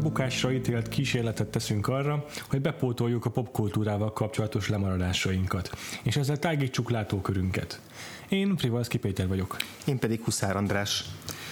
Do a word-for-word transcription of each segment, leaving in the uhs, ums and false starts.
bukásra ítélt kísérletet teszünk arra, hogy bepótoljuk a popkultúrával kapcsolatos lemaradásainkat, és ezzel tágítsuk látókörünket. Én Frivalszki Péter vagyok. Én pedig Huszár András.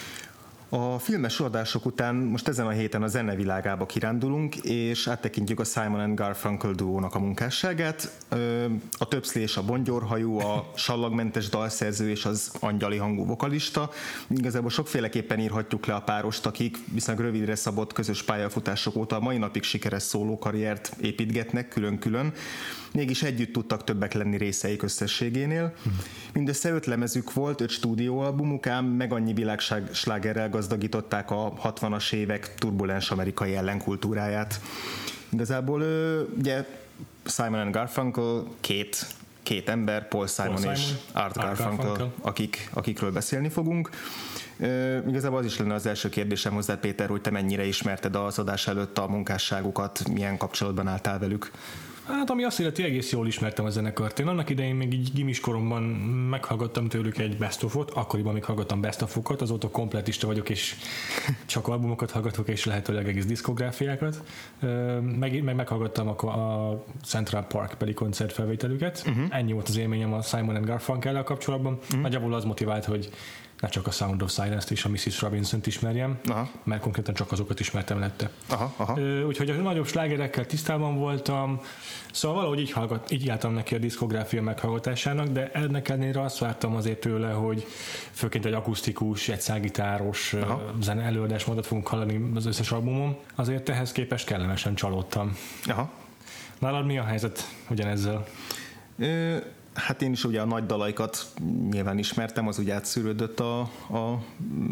A filmes adások után most ezen a héten a zenevilágába kirándulunk, és áttekintjük a Simon and Garfunkel duónak a munkásságát. A többszlés, a bongyorhajú, a sallagmentes dalszerző és az angyali hangú vokalista. Igazából sokféleképpen írhatjuk le a párost, akik viszonylag rövidre szabott közös pályafutások óta a mai napig sikeres szólókarriert építgetnek külön-külön. Mégis együtt tudtak többek lenni részeik összességénél. Mindössze öt lemezük volt, öt stúdióalbumuk, ám meg annyi világslágerrel gazdagították a hatvanas évek turbulens amerikai ellenkultúráját. Igazából ugye Simon and Garfunkel két, két ember, Paul Simon, Paul Simon és Art, Art Garfunkel, Garfunkel. Akik, akikről beszélni fogunk. Uh, igazából az is lenne az első kérdésem hozzá, Péter, hogy te mennyire ismerted az adás előtt a munkásságukat, milyen kapcsolatban álltál velük? Hát ami azt illeti, egész jól ismertem a zenekart. Én annak idején még így gimis koromban meghallgattam tőlük egy best of-ot, akkoriban még hallgattam best of-okat, azóta kompletista vagyok, és csak albumokat hallgatok, és lehetőleg egész diszkográfiákat. Meg, meg meghallgattam a, a Central Park beli koncertfelvételüket. Uh-huh. Ennyi volt az élményem a Simon and Garfunkel-el kapcsolatban. Uh-huh. Nagyjából az motivált, hogy ne csak a Sound of Silence-t és a missus Robinson-t ismerjem, aha, mert konkrétan csak azokat ismertem lette. Aha, aha. Úgyhogy a nagyobb slágerekkel tisztában voltam, szóval valahogy így, hallgat, így álltam neki a diszkográfia meghallgatásának, de ennek ellenére azt vártam azért tőle, hogy főként egy akusztikus, egy szágitáros zene előadásmódot fogunk hallani az összes albumon, azért ehhez képest kellemesen csalódtam. Aha. Nálad mi a helyzet ugyanezzel? Ö... Hát én is ugye a nagy dalaikat nyilván ismertem, az ugye átszűrődött a, a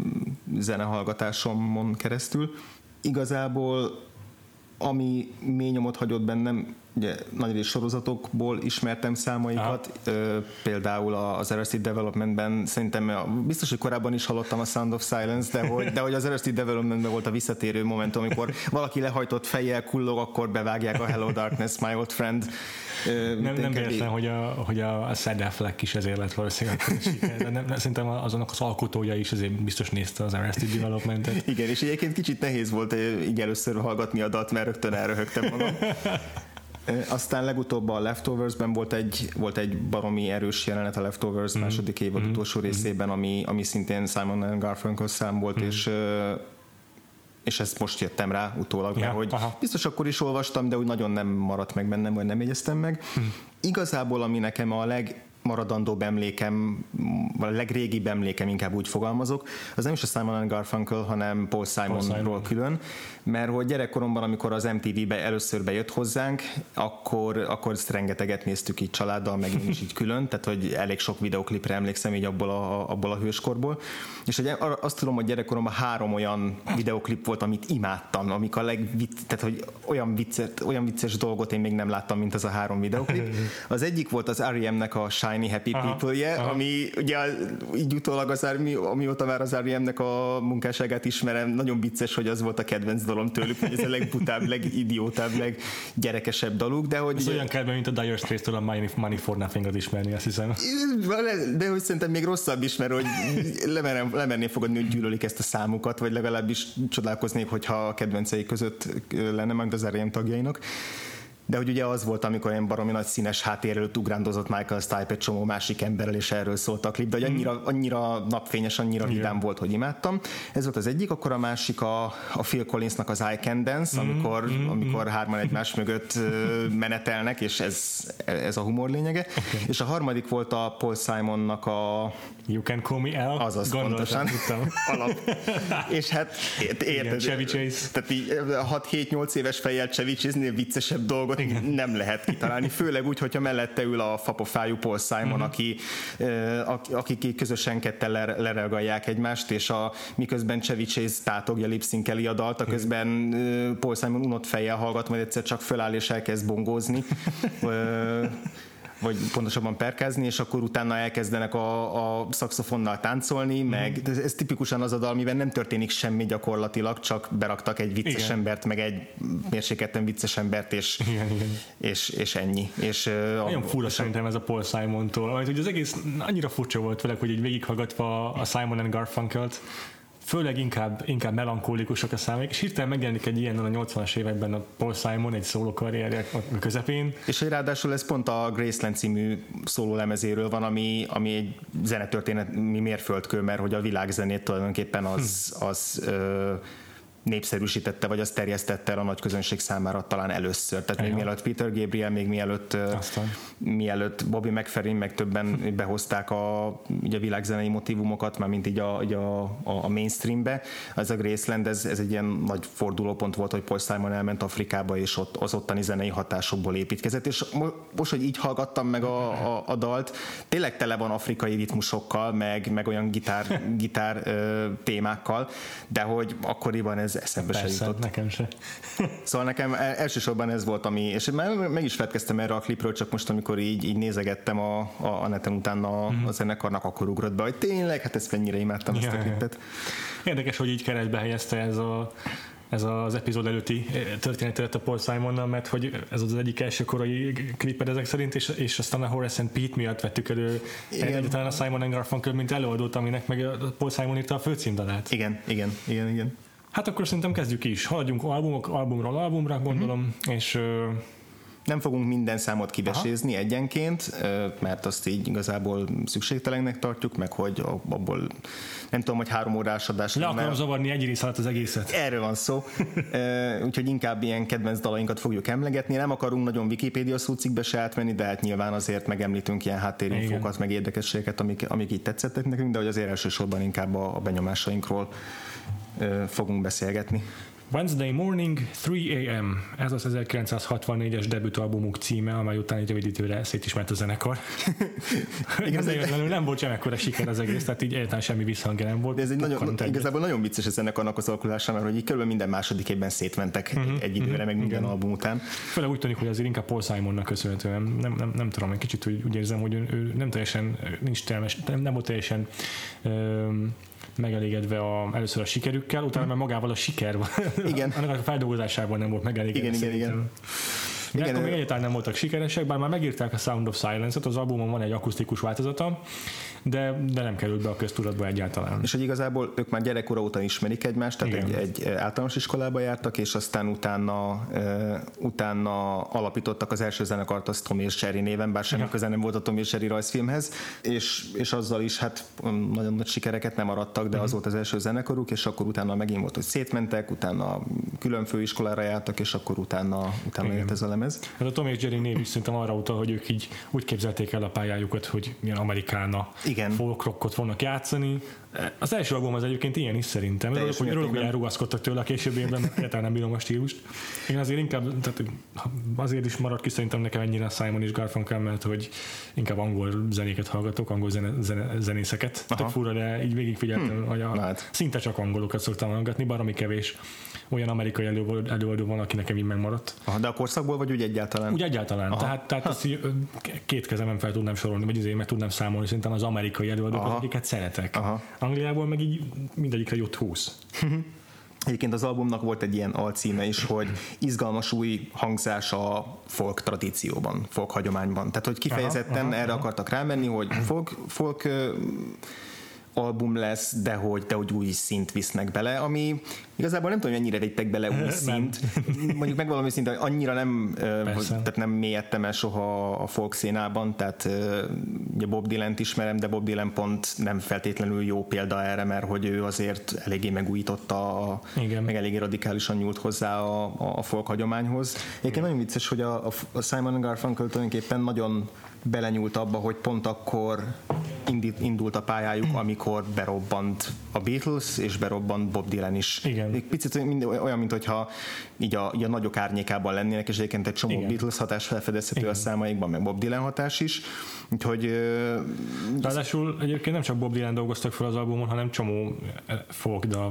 zenehallgatásomon keresztül. Igazából ami mély nyomot hagyott bennem, ugye nagy rész sorozatokból ismertem számaikat, Ö, például az Arrested Developmentben szerintem biztos, hogy korábban is hallottam a Sound of Silence, de hogy, de hogy az Arrested Developmentben volt a visszatérő momentum, amikor valaki lehajtott fejjel kullog, akkor bevágják a Hello Darkness, My Old Friend. Ö, nem nem véletlen, hogy a, hogy a Sad Affleck is ezért lett valószínűleg siker, de nem, szerintem azonnak az alkotója is ezért biztos nézte az Arrested Developmentet. Igen, és egyébként kicsit nehéz volt így először hallgatni a dalt, mert rögtön elröhögtem magam. Aztán legutóbb a Leftovers-ben volt egy, volt egy baromi erős jelenet a Leftovers mm. második évad mm. utolsó részében, ami, ami szintén Simon and Garfunkel szám volt, mm. és, és ezt most jöttem rá utólag, ja, mert hogy aha. biztos akkor is olvastam, de úgy nagyon nem maradt meg bennem, vagy nem jegyeztem meg. Mm. Igazából, ami nekem a leg maradandóbb emlékem, vagy a legrégibb emlékem, inkább úgy fogalmazok, az nem is a Simon and Garfunkel, hanem Paul Simonról Paul Simon. külön, mert hogy gyerekkoromban, amikor az em té vé-be először bejött hozzánk, akkor, akkor ezt rengeteget néztük így családdal, meg én is így külön, tehát hogy elég sok videoklipre emlékszem így abból a, abból a hőskorból, és hogy azt tudom, hogy gyerekkoromban három olyan videoklip volt, amit imádtam, amik a legvicc, tehát hogy olyan, viccet, olyan vicces dolgot én még nem láttam, mint az a három videoklip. Az egyik volt az er i em-nek a Shiny Happy People-je, ami ugye így utólag az Army, amióta már az er i em-nek a munkásságát ismerem, nagyon vicces, hogy az volt a kedvenc dalom tőlük, hogy ez a legbutább, legidiótább, leggyerekesebb daluk, de hogy... Ez ugye, olyan kedven, mint a Dire Straits-től a Money for Nothing-ot ismerni, azt hiszem. De hogy szerintem még rosszabb is, mert hogy lemerném, lemerném fogadni, hogy gyűlölik ezt a számukat, vagy legalábbis csodálkoznék, hogyha a kedvencei között lenne meg az er i em tagjainak. De hogy ugye az volt, amikor ilyen baromi nagy színes háttér előtt ugrándozott Michael Stipe egy csomó másik emberrel, és erről szólt a klip, de hogy annyira, annyira napfényes, annyira vidám volt, hogy imádtam. Ez volt az egyik, akkor a másik a, a Phil Collinsnak az I Can Dance, amikor, mm-hmm. amikor hárman egymás mögött menetelnek, és ez, ez a humor lényege. Okay. És a harmadik volt a Paul Simonnak a You Can Call Me El. Azaz, pontosan. Alap. És hát érted, Chevy Chase. Tehát így hat-hét-nyolc éves fejjel Chevy Chase-nél viccesebb dolgot igen. nem lehet kitalálni, főleg úgy, hogyha mellette ül a fapofájú Paul Simon, uh-huh. aki, akik közösen ketten lereagálják egymást, és a, miközben Chevy Chase tátogja, lipszinkeli a dalt, a közben Paul Simon unott fejjel hallgat, majd egyszer csak föláll és elkezd bongózni. vagy pontosabban perkázni, és akkor utána elkezdenek a, a szaxofonnal táncolni, mm. meg ez, ez tipikusan az a dal, mivel nem történik semmi gyakorlatilag, csak beraktak egy vicces igen. embert, meg egy mérsékelten vicces embert, és, igen, igen. és, és ennyi. És, nagyon fura szerintem ez a Paul Simontól, hogy az egész annyira furcsa volt vele, hogy így végighallgatva a Simon and Garfunkelt, főleg inkább, inkább melankólikusak a számok, és hirtelen megjelenik egy ilyen a nyolcvanas években a Paul Simon egy szóló karrierje a közepén. És hogy ráadásul ez pont a Graceland című szóló lemezéről van, ami, ami egy zenetörténeti mérföldkő, mert hogy a világzenét tulajdonképpen az, az ö, népszerűsítette, vagy azt terjesztette el a nagy közönség számára talán először. Tehát még mielőtt Peter Gabriel, még mielőtt, Aztán. mielőtt Bobby McFerrin, meg többen behozták a, ugye a világzenei motívumokat, már mint így a, így a, a mainstreambe. Ez a Graceland, ez, ez egy ilyen nagy fordulópont volt, hogy Paul Simon elment Afrikába, és ott az ottani zenei hatásokból építkezett. És most, hogy így hallgattam meg a, a, a dalt, tényleg tele van afrikai ritmusokkal, meg, meg olyan gitár, gitár ö, témákkal, de hogy akkoriban ez eszembe se jutott. Nekem se. Szóval nekem elsősorban ez volt, ami, és már meg is feledkeztem erre a klipről, csak most, amikor így, így nézegettem a, a, a neten utána mm. a zenekarnak, akkor ugrott be, hogy tényleg, hát ezt mennyire imádtam ja, ezt a klipet. Érdekes, hogy így keresztbe helyezte ez a ez az epizód előtti történetet a Paul Simonnal, mert hogy ez az egyik első korai kliped ezek szerint, és, és aztán a Horace and Pete miatt vettük elő egyáltalán a Simon and Garfunkel, mint előadót, aminek meg a Paul Simon írta a főcímdalát. Igen, igen, igen, igen. Hát akkor szerintem kezdjük is. Haladjunk albumok, albumról albumra, gondolom, uh-huh. és... Uh, nem fogunk minden számot kivesézni Aha. egyenként, mert azt így igazából szükségtelennek tartjuk, meg hogy abból nem tudom, hogy három órás adás. Le akarom zavarni egy rész alatt az egészet. Erről van szó. Úgyhogy inkább ilyen kedvenc dalainkat fogjuk emlegetni. Nem akarunk nagyon Wikipédia szócikkbe se átmenni, de hát nyilván azért megemlítünk ilyen háttérinfókat, meg érdekességeket, amik, amik így tetszettek nekünk, de hogy azért elsősorban inkább a, a benyomásainkról fogunk beszélgetni. Wednesday Morning, three a.m. Ez az ezerkilencszázhatvannégyes debütalbumuk címe, amely után egy rövid időre szétismert a zenekar. Igazából nem volt sem ekkora siker az egész, tehát így egyáltalán semmi visszhangja nem volt. De ez egy nagyon, igazából nagyon vicces a zenekarnak az alakulása, mert hogy így körülbelül minden második évben szétmentek uh-huh, egy időre, uh-huh, meg minden igen. album után. Főleg úgy tűnik, hogy azért inkább Paul Simonnak köszönhetően. Nem, nem, nem tudom, egy kicsit úgy, úgy érzem, hogy ő, ő nem teljesen, nincs telmes, nem, nem volt teljesen um, megelégedve a, először a sikerükkel, utána már magával a siker igen. annak a feldolgozásával nem volt megelégedve. Igen, igen, igen. De igen, akkor még egyáltalán nem voltak sikeresek, bár már megírták a Sound of Silence-et, az albumon van egy akusztikus változata, de, de nem került be a köztudatba egyáltalán. És hogy igazából ők már gyerekkora óta ismerik egymást, tehát egy, egy általános iskolába jártak, és aztán utána, uh, utána alapítottak az első zenekart, az Tom és Jerry néven, bár semmi köze nem volt a Tom és Jerry rajzfilmhez, és, és azzal is hát nagyon nagy sikereket nem arattak, de uh-huh. az volt az első zenekaruk, és akkor utána megint volt, hogy szétmentek, utána külön főiskolára jártak, és akkor utána, utána jött ez a lemez. Ez a Tom és Jerry név is szerintem arra utal, hogy ők így úgy képzelték el a pályájukat, hogy ilyen amerikána folk rockot fognak játszani. Az első album az egyébként ilyen is szerintem. Örülök, hogy, örülök, hogy elrugaszkodtak tőle a későbbiekben, egyáltalán nem bírom a stílust. Én azért inkább, tehát azért is maradt ki szerintem nekem ennyire a Simon és Garfunkel, mert hogy inkább angol zenéket hallgatok, angol zene, zene, zenészeket. Tök fura, de így végigfigyeltem, hmm. hogy a, hát. szinte csak angolokat szoktam hallgatni, baromi kevés olyan amerikai előadó van, aki nekem így megmaradt. Aha, de a korszakból vagy úgy egyáltalán? Úgy egyáltalán. Aha. Tehát, tehát ezt két kezemben fel tudnám sorolni, vagy azért meg tudnám számolni szerintem az amerikai előadókat, akiket szeretek. Aha. Angliából meg így mindegyikre jött húsz. Egyébként az albumnak volt egy ilyen alcíme is, hogy izgalmas új hangzás a folk tradícióban, folk hagyományban. Tehát, hogy kifejezetten aha, aha, erre aha. akartak rámenni, hogy folk, folk album lesz, de hogy, de hogy új szint visznek bele, ami igazából nem tudom, hogy mennyire vittek bele új szint. Mondjuk megvalami szint, annyira nem, hogy, tehát nem mélyedtem el soha a folk szénában, tehát ugye Bob Dylant ismerem, de Bob Dylan pont nem feltétlenül jó példa erre, mert hogy ő azért eléggé megújította, a, meg eléggé radikálisan nyúlt hozzá a, a folk hagyományhoz. Egyébként nagyon vicces, hogy a, a Simon and Garfunkel tulajdonképpen nagyon belenyúlt abba, hogy pont akkor indult a pályájuk, amikor berobbant a Beatles, és berobbant Bob Dylan is. Igen. Picit olyan, mint hogyha így a, így a nagyok árnyékában lennének, és egyébként egy csomó igen. Beatles hatás felfedezhető igen. a számaikban, meg Bob Dylan hatás is. Úgyhogy... Ráadásul egyébként nem csak Bob Dylan dolgoztak fel az albumon, hanem csomó folk dal van.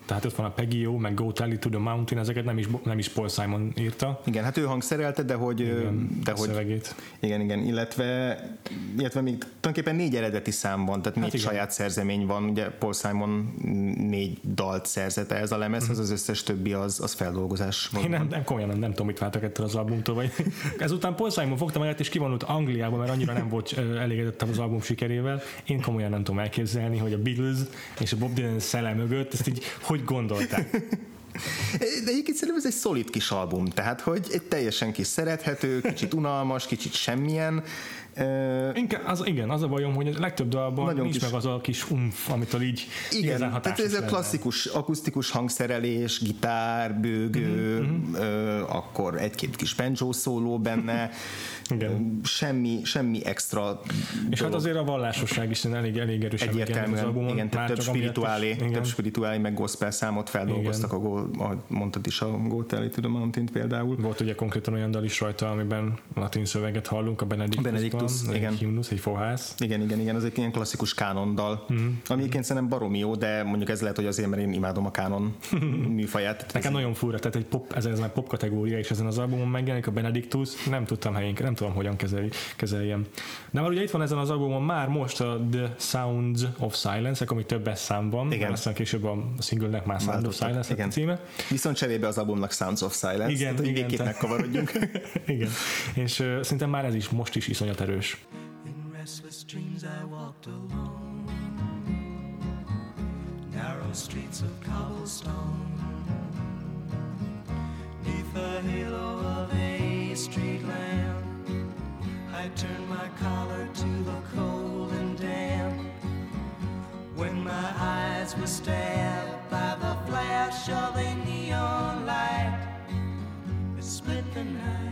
tehát ott van a Peggy-O, meg Go Tell It to the Mountain, ezeket nem is, nem is Paul Simon írta. Igen, hát ő hangszerelte, de hogy... Igen, de hogy szövegét. Igen, igen, illetve, illetve még tulajdonképpen négy eredeti szám van, tehát négy hát saját szerzemény van, ugye Paul Simon négy dalt szerzett ez a lemez, mm. az az összes többi az, az feldolgozás. Én nem, nem komolyan nem, nem tudom, mit váltak ettől az albumtól, vagy ezután Paul Simon fogta magát és kivonult Angliába, mert annyira nem volt elégedett az album sikerével. Én komolyan nem tudom elképzelni, hogy a Beatles és a Bob Dylan szele mögött ezt így hogy gondolták. De egyébként szerintem ez egy szolid kis album, tehát hogy egy teljesen kis szerethető, kicsit unalmas, kicsit semmilyen. Uh, Inkább az, igen, az a bajom, hogy a legtöbb dalban nincs kis, meg az a kis umf, amitől így igen, tehát ez a klasszikus, akusztikus hangszerelés, gitár, bőgő, mm-hmm. uh, akkor egy-két kis banjo szóló benne, igen. semmi, semmi extra és dolog. Hát azért a vallásosság is elég, elég erősen egyértelműen, az albumon, igen, több spirituálé, több spirituálé, meg gospel számot feldolgoztak, ahol, ahogy mondtad is, a Go Tell It to the Mountain például. Volt ugye konkrétan olyan dal is rajta, amiben latin szöveget hallunk, a Benedictus. Igen. Egy himnusz, egy fohász. Igen, igen, igen, az egy ilyen klasszikus kánondal, mm-hmm. ami egyébként szerintem baromi jó, de mondjuk ez lehet, hogy azért, mert én imádom a kánon műfaját. Nekem nagyon fura, tehát egy pop, ez, ez már pop kategória, és ezen az albumon megjelenik a Benedictus, nem tudtam helyén, nem tudom, hogyan kezeli, kezeljem. De már ugye itt van ezen az albumon már most a The Sounds of Silence, ami többes számban, igen. Aztán később a singlenek már Sound of Silence a címe. Viszont cserébe az albumnak Sounds of Silence, igen, tehát igen, végképp megkavarodjunk. Igen, és uh, szerintem már ez is most is iszonyat erős. In restless dreams I walked alone, narrow streets of cobblestone, neath the halo of a street lamp, I turned my collar to the cold and damp, when my eyes were stabbed by the flash of a neon light, it split the night,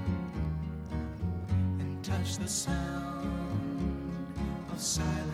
touch the sound of silence.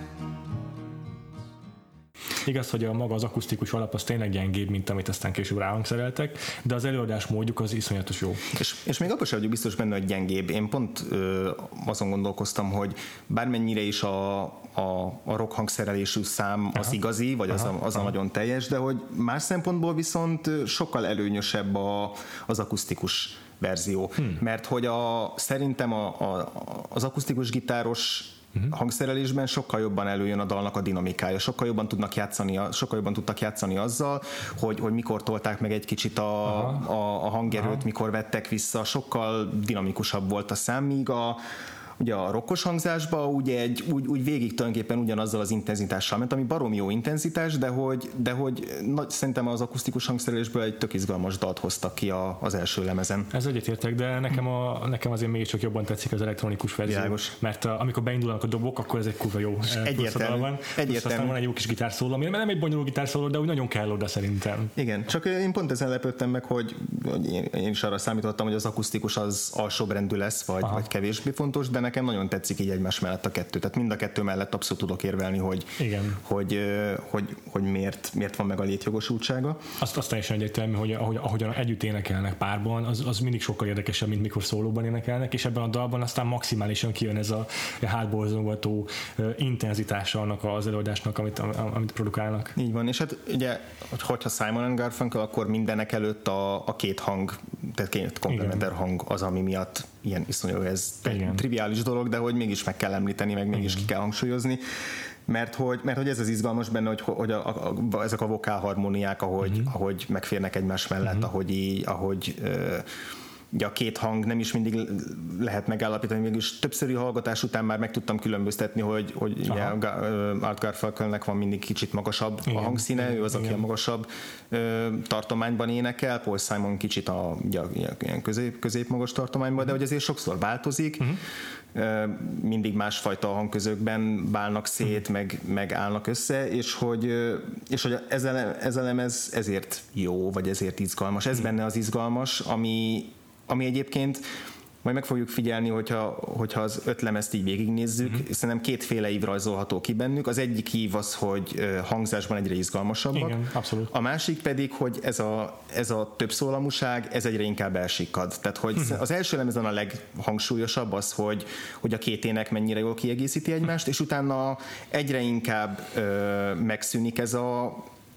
Igaz, hogy a maga az akusztikus alap az tényleg gyengébb, mint amit aztán később ráhangszereltek, de az előadás módjuk az iszonyatos jó. És, és még abban sem vagyok biztos benne, hogy gyengébb. Én pont ö, azon gondolkoztam, hogy bármennyire is a, a, a rock hangszerelésű szám az aha. igazi, vagy aha, az, a, az a nagyon teljes, de hogy más szempontból viszont sokkal előnyösebb a, az akusztikus verzió. Hmm. Mert hogy a, szerintem a, a, az akusztikus gitáros uh-huh. hangszerelésben sokkal jobban előjön a dalnak a dinamikája, sokkal jobban tudnak játszani, sokkal jobban tudtak játszani azzal, hogy, hogy mikor tolták meg egy kicsit a, a, a hangerőt, aha. mikor vettek vissza, sokkal dinamikusabb volt a szám, míg a ugye a rokkos hangzásban ugye egy, úgy, úgy végig tulajdonképpen ugyanazzal az intenzitással ment, ami baromi jó intenzitás, de hogy, de hogy nagy, szerintem az akusztikus hangszerelésből egy tök izgalmas dalt hoztak ki a, az első lemezen. Ez egyetértek, de nekem, a, nekem azért mégiscsak jobban tetszik az elektronikus verzió. Világos. Mert a, amikor beindulnak a dobok, akkor ez egy kurva jó egyértelmű. Van. Egyértelmű. Aztán van egy jó kis gitárszóló, ami nem egy bonyolult gitárszóló, de úgy nagyon kell oda szerintem. Igen, csak én pont ezen lepődtem meg, hogy én is arra számítottam, hogy az akusztikus az alsóbrendű lesz, vagy, vagy kevésbé fontos, de nekem nagyon tetszik így egymás mellett a kettő. Tehát mind a kettő mellett abszolút tudok érvelni, hogy, igen. hogy, hogy, hogy miért, miért van meg a létjogosultsága. Azt, azt teljesen egyértelmű, hogy ahogy, ahogyan együtt énekelnek párban, az, az mindig sokkal érdekesebb, mint mikor szólóban énekelnek, és ebben a dalban aztán maximálisan kijön ez a hátborzongató intenzitása annak az előadásnak, amit, amit produkálnak. Így van, és hát ugye, hogyha Simon and Garfunkel, akkor mindenek előtt a, a két hang, tehát két komplementer hang az, ami miatt ilyen iszonyú, ez igen. triviális dolog, de hogy mégis meg kell említeni, meg mégis igen. ki kell hangsúlyozni, mert hogy, mert hogy ez az izgalmas benne, hogy, hogy a, a, a, ezek a vokálharmóniák, ahogy, uh-huh. ahogy megférnek egymás mellett, uh-huh. ahogy így, ahogy uh, ugye a két hang nem is mindig lehet megállapítani, mégis többszöri hallgatás után már meg tudtam különböztetni, hogy, hogy ugye Art Garfunkelnek van mindig kicsit magasabb igen, a hangszíne, igen, ő az, aki igen. a magasabb ö, tartományban énekel, Paul Simon kicsit a, ugye, ilyen közép, középmagas tartományban, de hogy azért sokszor változik, uh-huh. ö, mindig másfajta hangközökben válnak szét, uh-huh. meg, meg állnak össze, és hogy, és hogy ez, elem, ez elem ez ezért jó, vagy ezért izgalmas. Ez uh-huh. benne az izgalmas, ami ami egyébként majd meg fogjuk figyelni, hogyha, hogyha az öt lemezt így végignézzük, mm-hmm. szerintem kétféle ív rajzolható ki bennük. Az egyik ív az, hogy hangzásban egyre izgalmasabbak. Igen, abszolút. A másik pedig, hogy ez a, ez a többszólamúság, ez egyre inkább elsikkad. Tehát, hogy mm-hmm. az első lemezen a leghangsúlyosabb az, hogy, hogy a két ének mennyire jól kiegészíti egymást, és utána egyre inkább ö, megszűnik ez a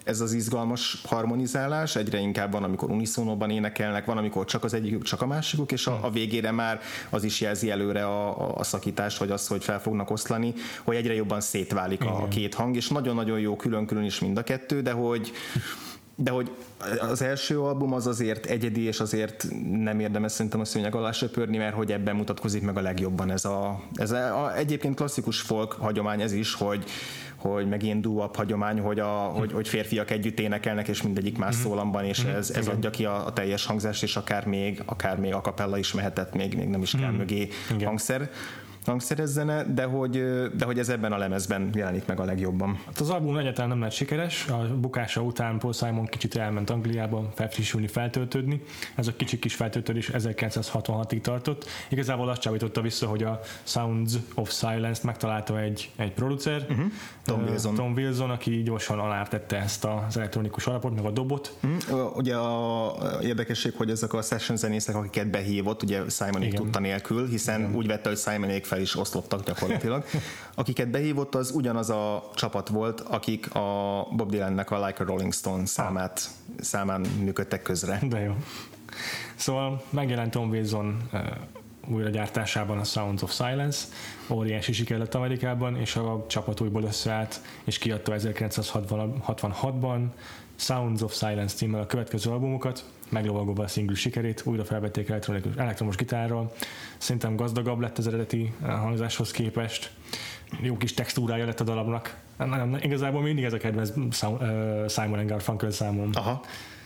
ez az izgalmas harmonizálás, egyre inkább van, amikor uniszónóban énekelnek, van, amikor csak az egyikük, csak a másikuk, és a, a végére már az is jelzi előre a, a, a szakítást, vagy azt, hogy fel fognak oszlani, hogy egyre jobban szétválik a, a két hang, és nagyon-nagyon jó külön-külön is mind a kettő, de hogy de hogy az első album az azért egyedi, és azért nem érdemes szerintem a szőnyeg alá söpörni, mert hogy ebben mutatkozik meg a legjobban ez a, ez a, a egyébként klasszikus folk hagyomány ez is, hogy, hogy meg ilyen doo-wop hagyomány, hogy, a, hogy, hogy férfiak együtt énekelnek, és mindegyik más szólamban, és ez, ez adja ki a, a teljes hangzást, és akár még, akár még a cappella is mehetett, még, még nem is kell mögé hangszer. hangszerezzene, de hogy, de hogy ez ebben a lemezben jelenik meg a legjobban. Hát az album egyáltalán nem lett sikeres, a bukása után Paul Simon kicsit elment Angliába felfrissülni, feltöltődni. Ez a kicsi kis feltöltődés ezerkilencszázhatvanhatig tartott. Igazából azt csábította vissza, hogy a Sounds of Silence-t megtalálta egy, egy producer, uh-huh. Tom Wilson. Tom Wilson, aki gyorsan alártette ezt az elektronikus alapot, meg a dobot. Uh-huh. Ugye a érdekesség, hogy ezek a session zenészek, akiket behívott, ugye Simonék tudta nélkül, hiszen igen. úgy vette, hogy Simonék fel is oszlottak gyakorlatilag. Akiket behívott, az ugyanaz a csapat volt, akik a Bob Dylannek a Like a Rolling Stone számát, ah. számán működtek közre. De jó. Szóval megjelent Tom Wilson uh, újragyártásában a Sounds of Silence, óriási siker lett Amerikában, és a csapat újból összeállt, és kiadta ezerkilencszázhatvanhatban Sounds of Silence címmel a következő albumokat, meglovagolva a szingl sikerét, újra felvették elektromos gitárral. Szerintem gazdagabb lett az eredeti hangzáshoz képest. Jó kis textúrája lett a darabnak. Nem, igazából mindig ez a kedvenc Simon and Garfunkel számom. Aha.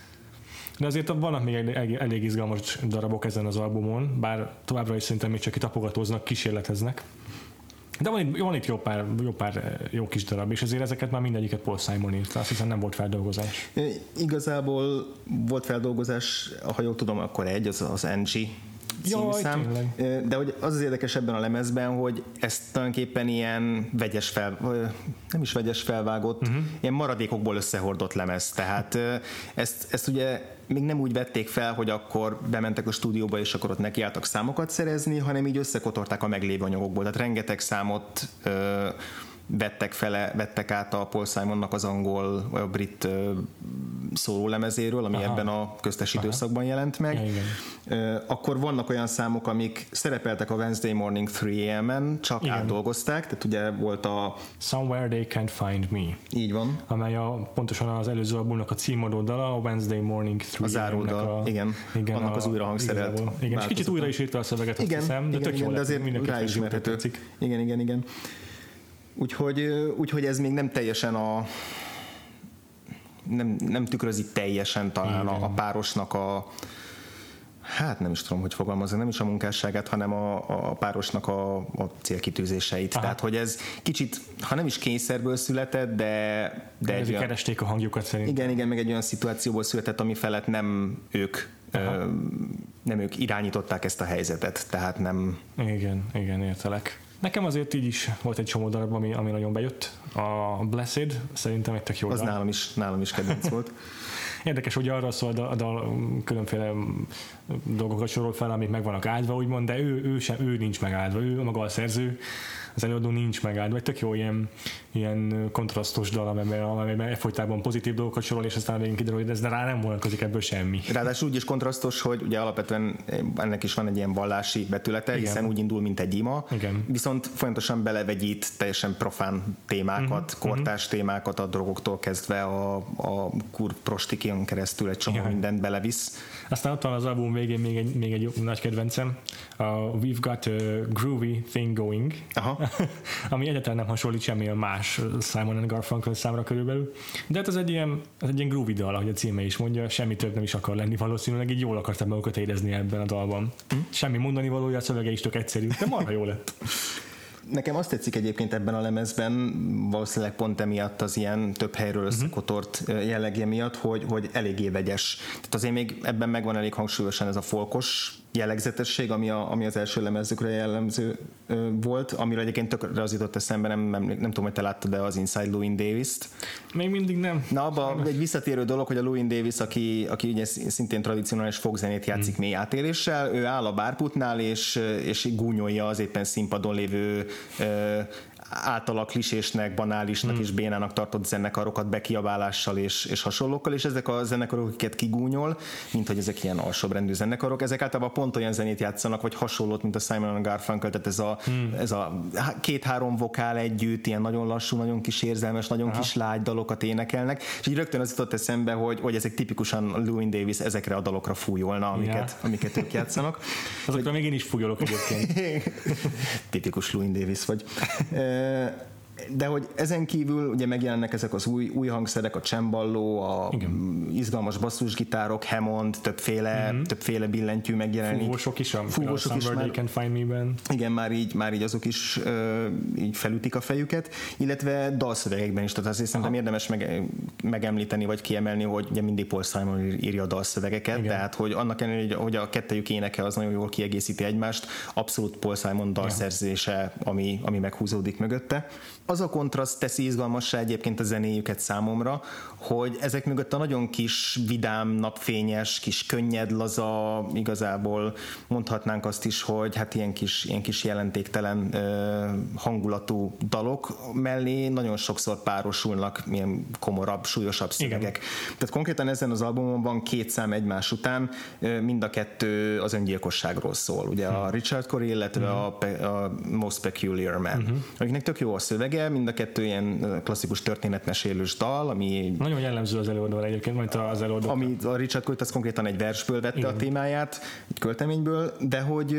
De azért vannak még elég, elég izgalmas darabok ezen az albumon, bár továbbra is szerintem még csak itt tapogatóznak, kísérleteznek. De van itt, van itt jó, pár, jó pár jó kis darab, és ezért ezeket már mindegyiket Paul Simon írta, azt hiszem nem volt feldolgozás. E, igazából volt feldolgozás, ha jól tudom, akkor egy, az az Angie című szám. Tényleg. De hogy az az érdekes ebben a lemezben, hogy ez tulajdonképpen ilyen vegyes fel, nem is vegyes felvágott, uh-huh. ilyen maradékokból összehordott lemez. Tehát ezt, ezt ugye még nem úgy vették fel, hogy akkor bementek a stúdióba, és akkor ott nekiálltak számokat szerezni, hanem így összekotorták a meglévő anyagokból. Tehát rengeteg számot ö, vettek, fele, vettek át a Paul Simonnak az angol, vagy a brit ö, szólólemezéről, ami Aha. ebben a köztes Aha. időszakban jelent meg. Ja, igen. Ö, akkor vannak olyan számok, amik szerepeltek a Wednesday Morning three a.m.-en, csak igen. átdolgozták, tehát ugye volt a Somewhere They Can't Find Me. Így van. Amely a, pontosan az előző albumnak a címadó dala, a Wednesday Morning three a.m. A záródal, igen. igen. Annak a, az újra hangszerelt. Igen, változata. És kicsit újra is írta a szöveget, azt igen, hiszem, de igen, tök igen, jól de azért ráismerhető. Igen, igen, igen. Úgyhogy, úgyhogy ez még nem teljesen a nem, nem tükrözi teljesen talán a, a párosnak a hát nem is tudom, hogy fogalmazni, nem is a munkásságát, hanem a, a párosnak a, a célkitűzéseit. Aha. Tehát, hogy ez kicsit, ha nem is kényszerből született, de... de ezért olyan, keresték a hangjukat szerintem. Igen, igen, meg egy olyan szituációból született, ami felett nem ők ö, nem ők irányították ezt a helyzetet, tehát nem... Igen, igen, értelek. Nekem azért így is volt egy csomó darab, ami, ami nagyon bejött. A Blessed, szerintem egy tök jó. Az dal. nálam is, nálam is kedvenc volt. Érdekes, hogy arra szól a dal különféle dolgokat sorol fel, amik meg vannak áldva, úgymond, de ő, ő, sem, ő nincs megáldva, ő maga a szerző, az előadó nincs megáldva. Egy tök jó ilyen, ilyen kontrasztos dal, amelyben egyfolytában pozitív dolgokat sorol, és aztán végén kiderül, hogy ez rá nem vonatkozik ebből semmi. Ráadásul úgy is kontrasztos, hogy ugye alapvetően ennek is van egy ilyen vallási betülete, igen. hiszen úgy indul, mint egy ima, igen. viszont folyamatosan belevegyít teljesen profán témákat, uh-huh. kortárs uh-huh. témákat, a drogoktól kezdve a, a kur prostikion keresztül egy csomó igen. mindent belevisz. Aztán ott van az album végén még egy, még egy nagy kedvencem, a We've Got a Groovy Thing Going, Aha. ami egyáltalán nem hasonlít semmilyen más Simon and Garfunkel számra körülbelül, de hát ez egy ilyen, ez egy ilyen groovy dal, ahogy a címe is mondja, semmi több nem is akar lenni valószínűleg, így jól akartam magukat érezni ebben a dalban. Hm? Semmi mondani valója, a szövege is tök egyszerű, de marha jó lett. Nekem azt tetszik egyébként ebben a lemezben, valószínűleg pont emiatt az ilyen több helyről összekotort jellegje miatt, hogy, hogy eléggé vegyes. Tehát azért még ebben megvan elég hangsúlyosan ez a folkos jellegzetesség, ami, a, ami az első lemezükre jellemző ö, volt, amiről egyébként tökre az jutott eszembe, nem, nem, nem tudom, hogy te láttad, de az Inside Llewyn Davis-t. Még mindig nem. Na, abban egy visszatérő dolog, hogy a Llewyn Davis, aki, aki ugye szintén tradicionális folkzenét játszik hmm. mély átéléssel, ő áll a bárputnál, és, és gúnyolja az éppen színpadon lévő ö, általa klisésnek, banálisnak hmm. és bénának tartott zenekarokat bekiabálással és, és hasonlókkal, és ezek a zenekarok, akiket kigúnyol, mint hogy ezek ilyen alsóbrendű zenekarok, ezek általában pont olyan zenét játszanak, vagy hasonlót, mint a Simon and Garfunkel, tehát ez a, hmm. ez a két-három vokál együtt, ilyen nagyon lassú, nagyon kis érzelmes, nagyon Aha. kis lágy dalokat énekelnek, és így rögtön az jutott eszembe, hogy, hogy ezek tipikusan Llewyn Davis ezekre a dalokra fújolna, amiket, ja. amiket ők játszanak. Azokra hogy... még én is fújolok egyébként. Tipikus Llewyn Davis vagy. De hogy ezen kívül ugye megjelennek ezek az új, új hangszerek, a cemballó, a Igen. izgalmas basszusgitárok, Hammond, többféle, mm-hmm. többféle billentyű megjelenik. Fúvósok is, Fúvósok is már, Can Find Me-ben. Igen, már így, már így azok is uh, így felütik a fejüket, illetve dalszövegekben is, tehát azt szerintem érdemes meg, megemlíteni, vagy kiemelni, hogy ugye mindig Paul Simon írja a dalszövegeket, Igen. tehát hogy annak ellenére, hogy a kettejük éneke az nagyon jól kiegészíti egymást, abszolút Paul Simon dalszerzése, ami, ami meghúzódik mögötte. Az a kontraszt teszi izgalmassá egyébként a zenéjüket számomra, hogy ezek mögött a nagyon kis, vidám, napfényes, kis könnyed, laza, igazából mondhatnánk azt is, hogy hát ilyen kis, ilyen kis jelentéktelen uh, hangulatú dalok mellé nagyon sokszor párosulnak ilyen komorabb, súlyosabb szövegek. Igen. Tehát konkrétan ezen az albumon van két szám egymás után, uh, mind a kettő az öngyilkosságról szól. Ugye hmm. a Richard Cory, illetve hmm. a, pe- a Most Peculiar Man, hmm. akiknek tök jó a szövege, mind a kettő ilyen klasszikus történetmesélős dal, ami... Nagyon jellemző az előadóval egyébként, majd az előadó. Ami a Richard Cory, az konkrétan egy versből vette Igen. a témáját, egy költeményből, de hogy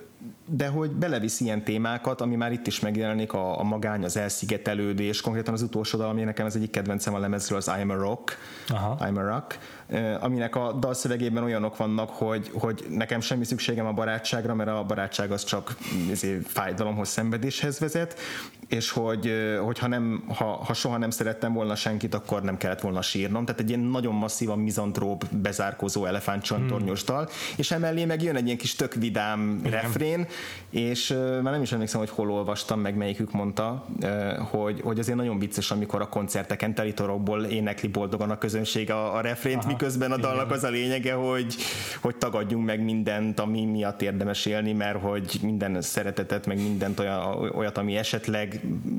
de hogy belevisz ilyen témákat, ami már itt is megjelenik, a, a magány, az elszigetelődés, konkrétan az utolsó dal, ami nekem az egyik kedvencem a lemezről, az I'm a Rock, Aha. I'm a Rock, aminek a dalszövegében olyanok vannak, hogy, hogy nekem semmi szükségem a barátságra, mert a barátság az csak fájdalomhoz, szenvedéshez vezet, és hogy, hogy ha, nem, ha, ha soha nem szerettem volna senkit, akkor nem kellett volna sírnom. Tehát egy ilyen nagyon masszívan mizantróp, bezárkózó elefántcsontornyos hmm. dal, és emellé meg jön egy ilyen kis tök vidám Igen. refrén, és uh, már nem is emlékszem, hogy hol olvastam, meg melyikük mondta, uh, hogy, hogy azért nagyon vicces, amikor a koncerteken telitorokból énekli boldogan a közönség a, a refrént, Aha. miközben a dalnak Igen. az a lényege, hogy, hogy tagadjunk meg mindent, ami miatt érdemes élni, mert hogy minden szeretetet, meg mindent olyan, olyat, ami esetleg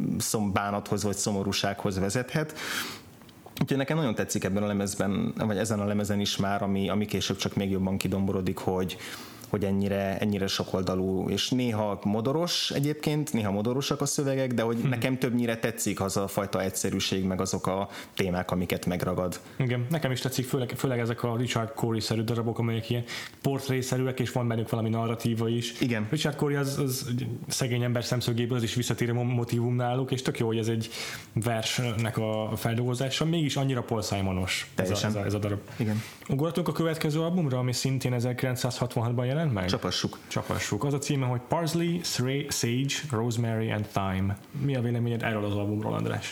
bánathoz vagy szomorúsághoz vezethet. Úgyhogy nekem nagyon tetszik ebben a lemezben, vagy ezen a lemezen is már, ami, ami később csak még jobban kidomborodik, hogy hogy ennyire, ennyire sokoldalú, és néha modoros egyébként, néha modorosak a szövegek, de hogy hmm. nekem többnyire tetszik az a fajta egyszerűség, meg azok a témák, amiket megragad. Igen, nekem is tetszik, főleg, főleg ezek a Richard Cory-szerű darabok, amelyek ilyen portrészerűek, és van bennük valami narratíva is. Igen. Richard Cory az, az szegény ember szemszögéből, az is visszatérő motívum náluk, és tök jó, hogy ez egy versnek a feldolgozása, mégis annyira Paul Simonos ez a, ez, a, ez a darab. Igen. Ugorhatunk a következő albumra, ami szintén ezerkilencszázhatvanhatban jelent meg? Csapassuk. Csapassuk. Az a címe, hogy Parsley, Sage, Rosemary and Thyme. Mi a véleményed erről az albumról, András?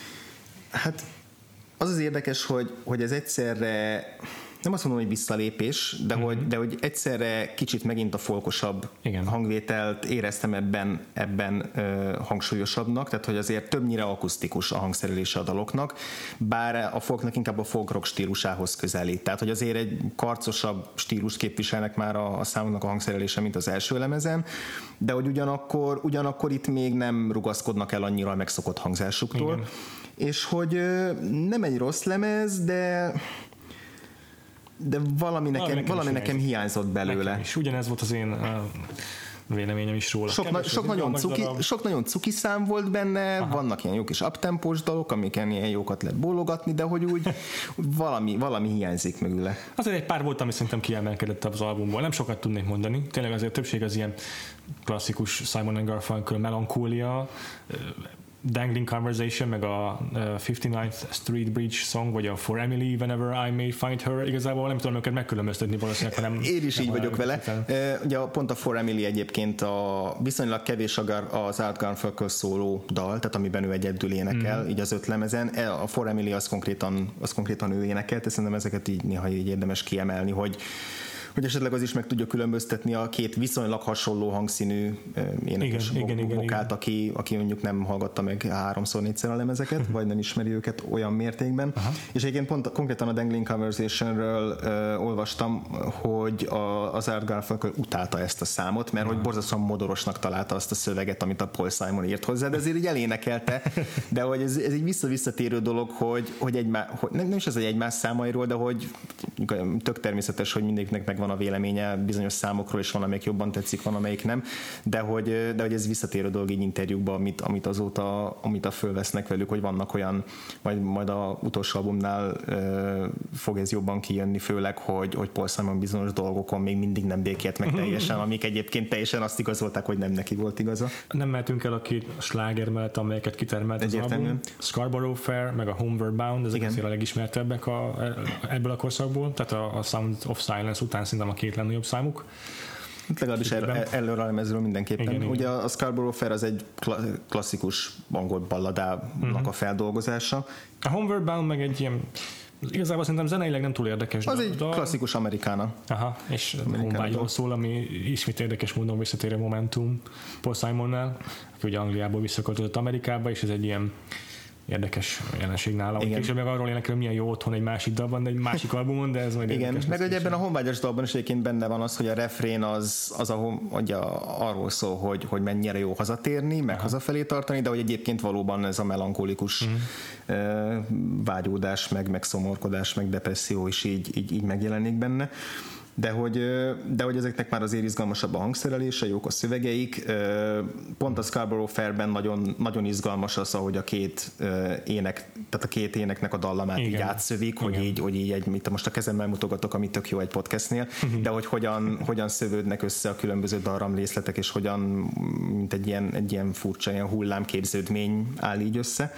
Hát az az érdekes, hogy, hogy ez egyszerre nem azt mondom, hogy visszalépés, de, mm-hmm. hogy, de hogy egyszerre kicsit megint a folkosabb Igen. hangvételt éreztem ebben, ebben ö, hangsúlyosabbnak, tehát hogy azért többnyire akusztikus a hangszerelése a daloknak, bár a folknak inkább a folk rock stílusához közelít. Tehát, hogy azért egy karcosabb stílus képviselnek már a, a számoknak a hangszerelése, mint az első lemezen, de hogy ugyanakkor, ugyanakkor itt még nem rugaszkodnak el annyira a megszokott hangzásuktól. Igen. És hogy ö, nem egy rossz lemez, de de valami nekem, nekem, valami nekem hiányzott belőle. Nekem is. Ugyanez volt az én uh, véleményem is róla. Sok, na, sok, nagyon cuki, sok nagyon cuki szám volt benne, Aha. vannak ilyen jó kis uptempós dalok, amiken ilyen jókat lehet bólogatni, de hogy úgy valami, valami hiányzik mögüle. Azért egy pár volt, ami szerintem kiemelkedett az albumból. Nem sokat tudnék mondani. Tényleg azért a többség az ilyen klasszikus Simon and Garfunkel melankólia, Dangling Conversation, meg a fifty-ninth Street Bridge song, vagy a For Emily, Whenever I May Find Her, igazából nem tudom őket megkülönböztetni valószínűleg, hanem... Én is így vagyok vele. Uh, ugye pont a For Emily egyébként a viszonylag kevés az Art Garfunkel szóló dal, tehát amiben ő egyedül énekel, mm. így az öt lemezen. A For Emily az konkrétan, az konkrétan ő énekelt, és szerintem ezeket így néha így érdemes kiemelni, hogy hogy esetleg az is meg tudja különböztetni a két viszonylag hasonló hangszínű énekes igen, igen, vokált, igen. aki, aki mondjuk nem hallgatta meg háromszor, négyszer a lemezeket, vagy nem ismeri őket olyan mértékben. Aha. És egyébként pont konkrétan a Dangling Conversationről uh, olvastam, hogy a, az Art Garfunkel utálta ezt a számot, mert Aha. hogy borzasztóan modorosnak találta azt a szöveget, amit a Paul Simon írt hozzá, de azért így elénekelte, de hogy ez, ez egy vissza-visszatérő dolog, hogy, hogy, egymá, hogy nem, nem is az, hogy egymás számairól, de hogy tök természetes, hogy mindenkinek megvan a véleménye bizonyos számokról, és van, amelyik jobban tetszik, van, amelyik nem, de hogy, de hogy ez visszatérő dolog így interjúkban, amit, amit azóta, amit a fölvesznek velük, hogy vannak olyan, majd, majd a utolsó albumnál uh, fog ez jobban kijönni, főleg, hogy, hogy Paul Simon bizonyos dolgokon még mindig nem békélt meg teljesen, amik egyébként teljesen azt igazolták, hogy nem neki volt igaza. Nem mehetünk el a két sláger mellett, amelyeket kitermelt az album. Scarborough Fair, meg a Homeward Bound, ezek azért a legismertebbek a, ebből a korszakból, tehát a, a Sound of Silence után szerintem a két legnagyobb számuk. Legalábbis el, előre a lemezről mindenképpen. Igen, ugye igen. a Scarborough Fair az egy klasszikus angol balladának uh-huh. a feldolgozása. A Homeward Bound meg egy ilyen, igazából szerintem zeneileg nem túl érdekes. Az de, egy de... klasszikus amerikána. Aha, és honvágyról szól, ami ismét érdekes módon visszatérő momentum Paul Simonnál, aki ugye Angliából visszaköltözött Amerikába, és ez egy ilyen érdekes jelenség nála. Később meg arról énekel, milyen jó otthon egy másik dalban, egy másik albumon, de ez majd igen, érdekes. meg ugye ebben a honvágyas dalban is egyébként benne van az, hogy a refrén az, az a, ugye arról szól, hogy, hogy mennyire jó hazatérni, meg Aha. hazafelé tartani, de hogy egyébként valóban ez a melankolikus uh-huh. vágyódás, meg, meg szomorkodás, meg depresszió is így, így, így megjelenik benne. De hogy, de hogy ezeknek már azért izgalmasabb a hangszerelése, jók a szövegeik. Pont a Scarborough Fairben nagyon, nagyon izgalmas az, ahogy a két ének, tehát a két éneknek a dallamát Igen. így átszövik, hogy így, hogy így egy, mit most a kezemmel mutogatok, ami tök jó egy podcastnél, uh-huh. de hogy hogyan, hogyan szövődnek össze a különböző dalram részletek, és hogyan, mint egy ilyen, egy ilyen furcsa ilyen hullámképződmény áll így össze.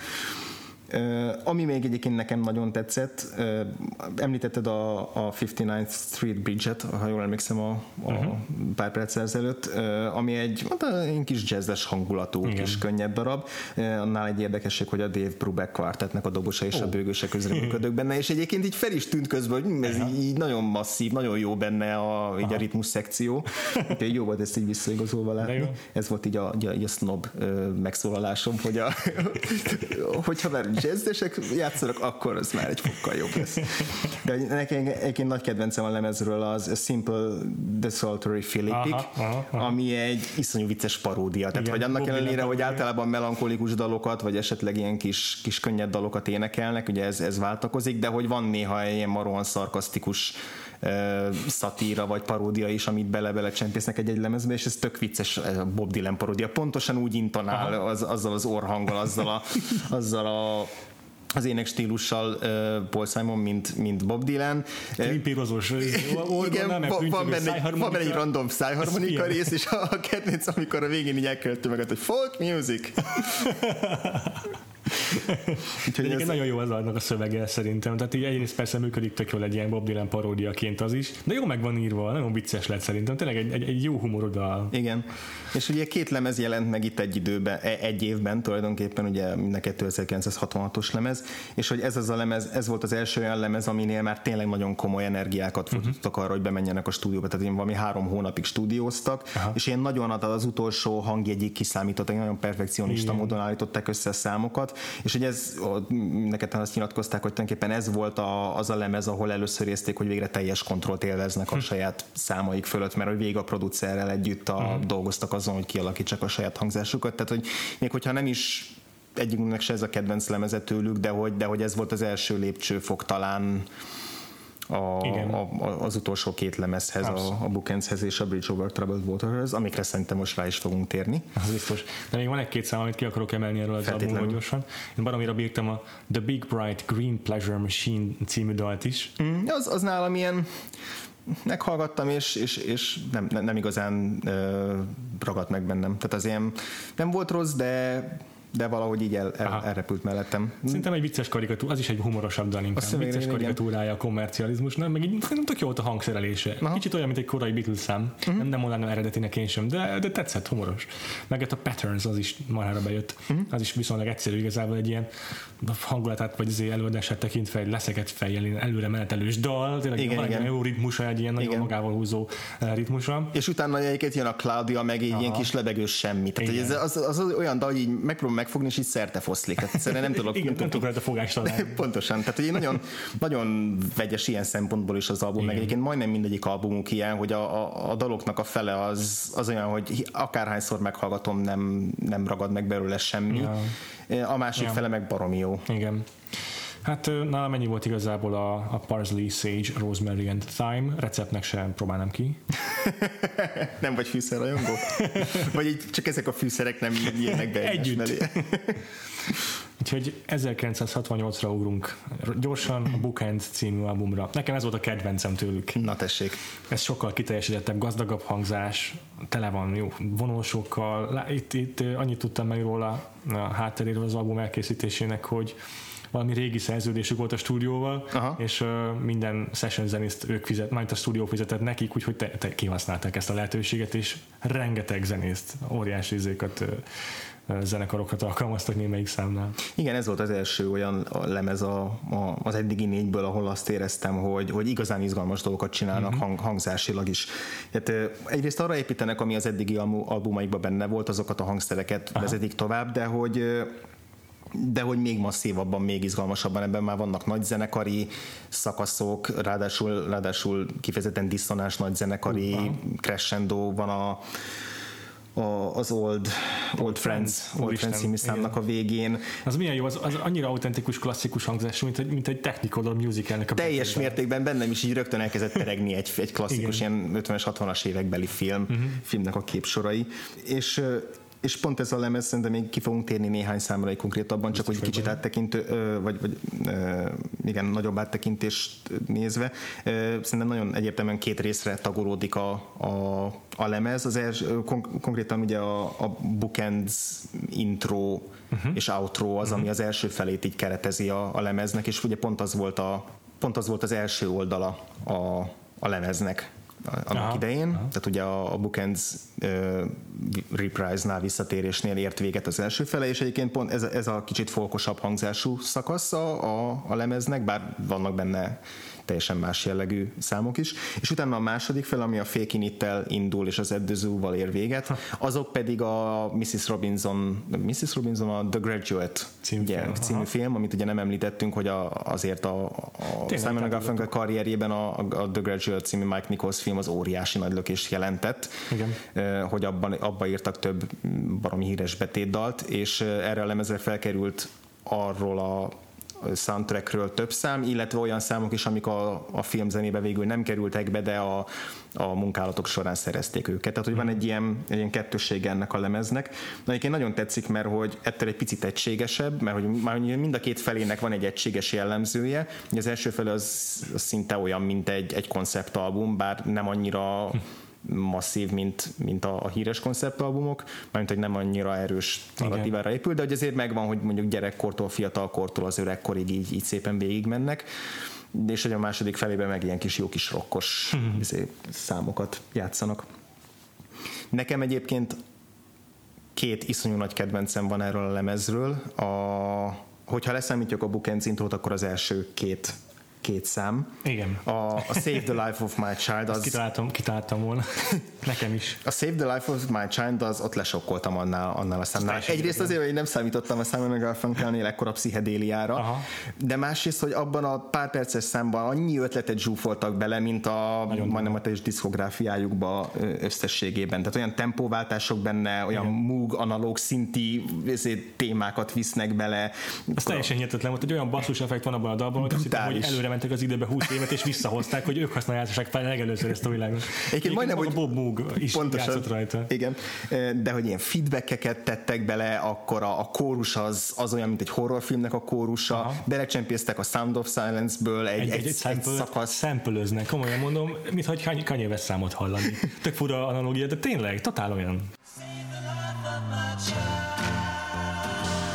Uh, ami még egyébként nekem nagyon tetszett, uh, említetted a, a fifty-ninth Street Bridge-et, ha jól emlékszem a, a uh-huh. pár perccel ezelőtt, uh, ami egy, hát, egy kis jazzes hangulatú, Igen. kis könnyed darab. Uh, annál egy érdekesség, hogy a Dave Brubeck Quartetnek a dobosa és oh. a bőgőse közreműködők benne, és egyébként így fel is tűnt közben, hogy ez uh-huh. így nagyon masszív, nagyon jó benne a, így a ritmus szekció. Úgyhogy jó volt ezt így visszaigazolva látni. Ez volt így a, így a snob uh, megszólalásom, hogy a, hogyha már jazzesek játszanak, akkor az már egy fokkal jobb lesz. De nekem egyébként nagy kedvencem a lemezről az A Simple Desultory Philippic, ami egy iszonyú vicces paródia. Tehát, igen, hogy annak ellenére, hogy általában melankolikus dalokat, vagy esetleg ilyen kis, kis könnyed dalokat énekelnek, ugye ez, ez váltakozik, de hogy van néha ilyen maróan szarkasztikus uh, szatíra, vagy paródia is, amit bele-bele csempésznek egy-egy lemezbe, és ez tök vicces Bob Dylan paródia. Pontosan úgy intonál az, azzal az orrhanggal, azzal a, azzal a az ének stílussal uh, Paul Simon, mint, mint Bob Dylan. Klimpírozós Igen, van, van, benne, van benne egy random szájharmonika rész, és a kedvenc, amikor a végén így elköltő meg, hogy folk music. Egyébként ez... nagyon jó az annak a szövege szerintem, tehát így egyrészt persze működik tök jól egy ilyen Bob Dylan paródiaként az is, de jó meg van írva, nagyon vicces lett szerintem, tényleg egy, egy, egy jó humorod a... Igen, és ugye két lemez jelent meg itt egy időben, egy évben tulajdonképpen, ugye mind a kétezer-kilencszázhatvanhatos lemez, és hogy ez az a lemez, ez volt az első olyan lemez, aminél már tényleg nagyon komoly energiákat fordítottak uh-huh. arra, hogy bemenjenek a stúdióba, tehát én valami három hónapig stúdióztak, Aha. és ilyen nagyon az utolsó hangjegyig kiszámítottak, nagyon perfekcionista Igen. módon állították össze a számokat, és hogy ez, neked azt nyilatkozták, hogy tulajdonképpen ez volt a, az a lemez, ahol először érezték, hogy végre teljes kontrollt élveznek a saját számaik fölött, mert hogy végig a producerrel együtt a, uh-huh. dolgoztak azon, hogy kialakítsák a saját hangzásukat, tehát hogy még hogyha nem is egyikünknek se ez a kedvenc lemeze tőlük, de hogy, de hogy ez volt az első lépcsőfok talán a, a, az utolsó két lemezhez, a, a Bookenshez és a Bridge Over Troubled Waterhez, amikre szerintem most rá is fogunk térni. Az biztos. De még van egy-két szám, amit ki akarok emelni erről az albumról gyorsan. Én baromira bírtam a The Big Bright Green Pleasure Machine című dalt is. Mm, az, az nálam ilyen meghallgattam, és, és, és nem, nem, nem igazán uh, ragadt meg bennem. Tehát az ilyen nem volt rossz, de de valahogy így el, el, elrepült mellettem. Szerintem egy vicces karikatúra, az is egy humorosabb dal inkább. Azt Vicces igen, karikatúrája a kommercializmus, nem? Meg így nem tök jó volt a hangszerelése. Aha. Kicsit olyan, mint egy korai Beatles szám. Uh-huh. Nem, nem mondanám eredetinek én sem, de, de tetszett, humoros. Meg a Patterns az is marhára bejött. Uh-huh. Az is viszonylag egyszerű igazából egy ilyen hangulatát, vagy az előadását tekintve egy leszeket fejjel, előre menetelős dal, tényleg igen, van igen. egy jó ritmusa, egy ilyen nagyon magával húzó ritmusa. És utána egyébként jön a Claudia, meg egy Aha. ilyen kis lebegős semmi. Tehát ez, az, az, az olyan dal, hogy így megpróbálom megfogni, és így szerte foszlik. Tehát egyszerűen nem tudok. Igen, nem tudok rajta fogást találni. Pontosan. Tehát hogy nagyon, nagyon vegyes ilyen szempontból is az album, igen. meg egyébként majdnem mindegyik albumuk ilyen, hogy a, a, a daloknak a fele az, az olyan, hogy akárhányszor meghallgatom, nem, nem ragad meg belőle semmi. Ja. A másik ja. fele meg baromi jó. Igen. Hát nálam ennyi volt igazából a, a Parsley, Sage, Rosemary and Thyme. Receptnek sem próbálnám ki. Nem vagy fűszerrajongó? Vagy így csak ezek a fűszerek nem jönnek be egymás mellé? Úgyhogy ezerkilencszázhatvannyolcra ugrunk gyorsan a Bookend című albumra. Nekem ez volt a kedvencem tőlük. Na tessék. Ez sokkal kiteljesedettebb, gazdagabb hangzás, tele van jó vonósokkal. Itt, itt annyit tudtam meg róla a hátteréről az album elkészítésének, hogy valami régi szerződésük volt a stúdióval, Aha. és uh, minden session zenészt ők fizet, majd a stúdió fizetett nekik, úgyhogy te, te kihasználták ezt a lehetőséget, és rengeteg zenészt, óriási izékat, uh, uh, zenekarokat alkalmaztak némelyik számnál. Igen, ez volt az első olyan lemez a, a, az eddigi négyből, ahol azt éreztem, hogy, hogy igazán izgalmas dolgokat csinálnak uh-huh. hang, hangzásilag is. Hát, uh, egyrészt arra építenek, ami az eddigi albumaikban benne volt, azokat a hangszereket Aha. vezetik tovább, de hogy uh, de hogy még masszívabban, még izgalmasabban, ebben már vannak nagy zenekari szakaszok, ráadásul, ráadásul kifejezetten diszonáns nagy zenekari uh-huh. crescendo van a, a, az Old, Old Friends, Old Friends című számnak a végén. Az milyen jó, az, az annyira autentikus, klasszikus hangzású, mint egy, mint egy Technicolor musicalnek a teljes beszélben. Mértékben bennem is így rögtön elkezdett peregni egy, egy klasszikus igen. ilyen ötvenes, hatvanas évekbeli film, uh-huh. filmnek a képsorai. És És pont ez a lemez, szerintem még ki fogunk térni néhány számra egy konkrétabban, csak hogy kicsit áttekintő, vagy, vagy igen, nagyobb áttekintést nézve. Szerintem nagyon egyértelműen két részre tagolódik a, a, a lemez. Az első, kon- konkrétan ugye a, a Bookends intro uh-huh. és outro az, uh-huh. ami az első felét így keretezi a, a lemeznek, és ugye pont az volt, a, pont az, volt az első oldala a, a lemeznek annak aha, idején, aha. tehát ugye a, a Bookends uh, Reprise-nál visszatérésnél ért véget az első fele, és egyébként pont ez, ez a kicsit folkosabb hangzású szakasza a, a lemeznek, bár vannak benne teljesen más jellegű számok is, és utána a második fel, ami a Fakin It-tel indul, és az At the Zoo-val ér véget, ha. azok pedig a missus Robinson, missus Robinson a The Graduate című, ugye, film. című film, amit ugye nem említettünk, hogy a, azért a, a Simon and Garfunkel karrierjében a, a The Graduate című Mike Nichols film az óriási nagy lökést jelentett, igen. hogy abban, abban írtak több baromi híres betétdalt, és erre a lemezre felkerült arról a soundtrackről több szám, illetve olyan számok is, amik a, a filmzenébe végül nem kerültek be, de a, a munkálatok során szerezték őket. Tehát, hogy van egy ilyen, egy ilyen kettőssége ennek a lemeznek. Na, egyébként nagyon tetszik, mert hogy ettől egy picit egységesebb, mert hogy már mind a két felének van egy egységes jellemzője. Az első felé az, az szinte olyan, mint egy, egy konceptalbum, bár nem annyira masszív, mint, mint a, a híres konceptalbumok, mármint, hogy nem annyira erős narratívára épül, de hogy azért megvan, hogy mondjuk gyerekkortól, fiatalkortól az öregkorig így, így szépen végigmennek, és hogy a második felében meg ilyen kis jó kis rokkos hmm. számokat játszanak. Nekem egyébként két iszonyú nagy kedvencem van erről a lemezről. A, hogyha leszámítjuk a Bookends intrót, akkor az első két két szám. Igen. A, a Save the Life of My Child az... Kitaláltam, kitaláltam volna. Nekem is. A Save the Life of My Child az ott lesokkoltam annál, annál a számnál. Egyrészt azért, hogy nem számítottam a Simon and Garfunkelnél ekkora pszichedéliára, aha. de másrészt, hogy abban a pár perces számban annyi ötletet zsúfoltak bele, mint a nagyon majdnem a teljes diszkográfiájukba összességében. Tehát olyan tempóváltások benne, olyan igen. Moog, analóg, szinti témákat visznek bele. Ez teljesen hihetetlen volt, hogy olyan basszus effekt van abban a dalban, hogy előre mentek az időbe húsz évet, és visszahozták, hogy ők használják fel legelőször ezt a világot. Egyébként majdnem, hogy Bob Moog is pontosan, játszott rajta. Igen, de hogy ilyen feedbackeket tettek bele, akkor a, a kórus az, az olyan, mint egy horrorfilmnek a kórusa, aha. belecsempésztek a Sound of Silence-ből egy, egy, egy, egy, egy szakasz. Szempölöznek, komolyan mondom, mintha egy Kanye West számot hallani. Tök fura analógia, de tényleg, totál olyan.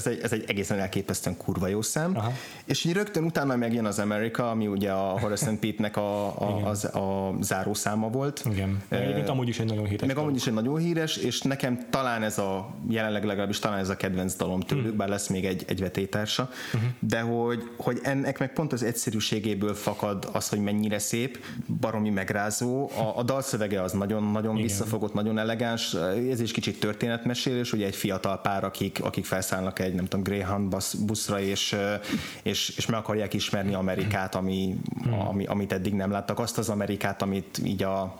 ez egy, ez egy egészen elképesztően kurva jó szám. Aha. És így rögtön utána megjön az America, ami ugye a Horace and Pete-nek a, a, az, a zárószáma volt. Igen. Egyébként amúgy is egy nagyon híres. Meg amúgy is egy nagyon híres, és nekem talán ez a, jelenleg legalábbis talán ez a kedvenc dalom tőlük, hmm. bár lesz még egy, egy vetétársa, uh-huh. de hogy, hogy ennek meg pont az egyszerűségéből fakad az, hogy mennyire szép, baromi megrázó. A, a dalszövege az nagyon-nagyon visszafogott, nagyon elegáns, ez is kicsit történetmesélés, ugye egy fiatal pár, akik, akik felszállnak egy, nem tudom, Greyhound buszra, és, és, és meg akarják ismerni Amerikát, ami, ami, amit eddig nem láttak, azt az Amerikát, amit így, a,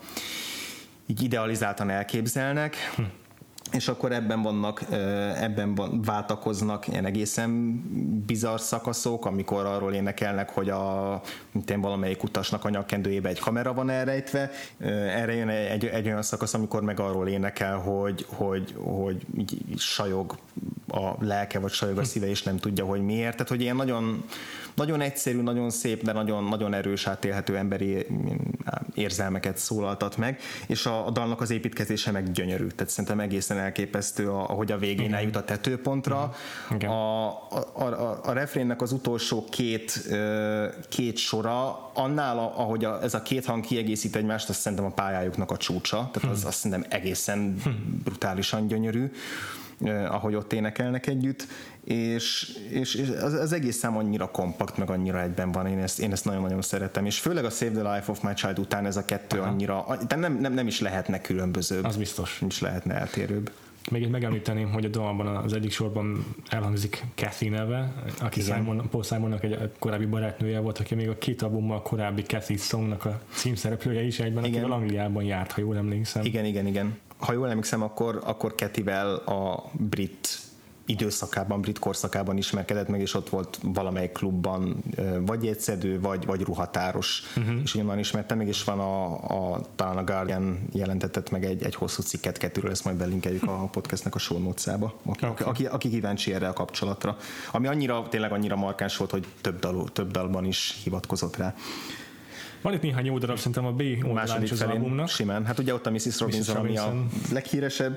így idealizáltan elképzelnek, és akkor ebben vannak, ebben váltakoznak ilyen egészen bizarr szakaszok, amikor arról énekelnek, hogy a, mint én valamelyik utasnak a nyakkendőjébe egy kamera van elrejtve. Erre jön egy, egy olyan szakasz, amikor meg arról énekel, hogy, hogy, hogy így sajog a lelke, vagy sajog a szíve, és nem tudja, hogy miért. Tehát, hogy ilyen nagyon, nagyon egyszerű, nagyon szép, de nagyon, nagyon erős, átélhető emberi érzelmeket szólaltat meg, és a, a dalnak az építkezése meg gyönyörű. Tehát szerintem egészen elképesztő, ahogy a végén igen. eljut a tetőpontra. A, a, a, a refrénnek az utolsó két, két sora, annál, ahogy a, ez a két hang kiegészít egymást, azt szerintem a pályájuknak a csúcsa. Tehát az, azt szerintem egészen brutálisan gyönyörű, ahogy ott énekelnek együtt, és, és, és az, az egész szám annyira kompakt, meg annyira egyben van, én ezt, én ezt nagyon-nagyon szeretem, és főleg a Save the Life of My Child után ez a kettő aha. annyira, de nem, nem, nem is lehetne különbözőbb. Az biztos. Nem is lehetne eltérőbb. Még itt megemlíteném, hogy a dalban az egyik sorban elhangzik Kathy neve, aki Simon, Paul Simonnak egy korábbi barátnője volt, aki még a két albummal korábbi Kathy Songnak a címszereplője is egyben, igen. akivel Angliában járt, ha jól emlékszem. Igen, igen, igen. Ha jól emlékszem, akkor, akkor Kathyvel a brit időszakában, brit korszakában ismerkedett meg, és ott volt valamelyik klubban vagy jegyszedő, vagy, vagy ruhatáros, uh-huh. és onnan ismertem meg, és van a, a, talán a Guardian jelentetett meg egy, egy hosszú cikket kettőről, ezt majd belinkeljük a podcastnek a show notes-ába, aki, okay. aki, aki kíváncsi erre a kapcsolatra, ami annyira, tényleg annyira markáns volt, hogy több, dal, több dalban is hivatkozott rá. Van itt néhány jó darab, szerintem a B oldalán is az albumnak. Simán. Hát ugye ott a missus Robinson, ami a leghíresebb.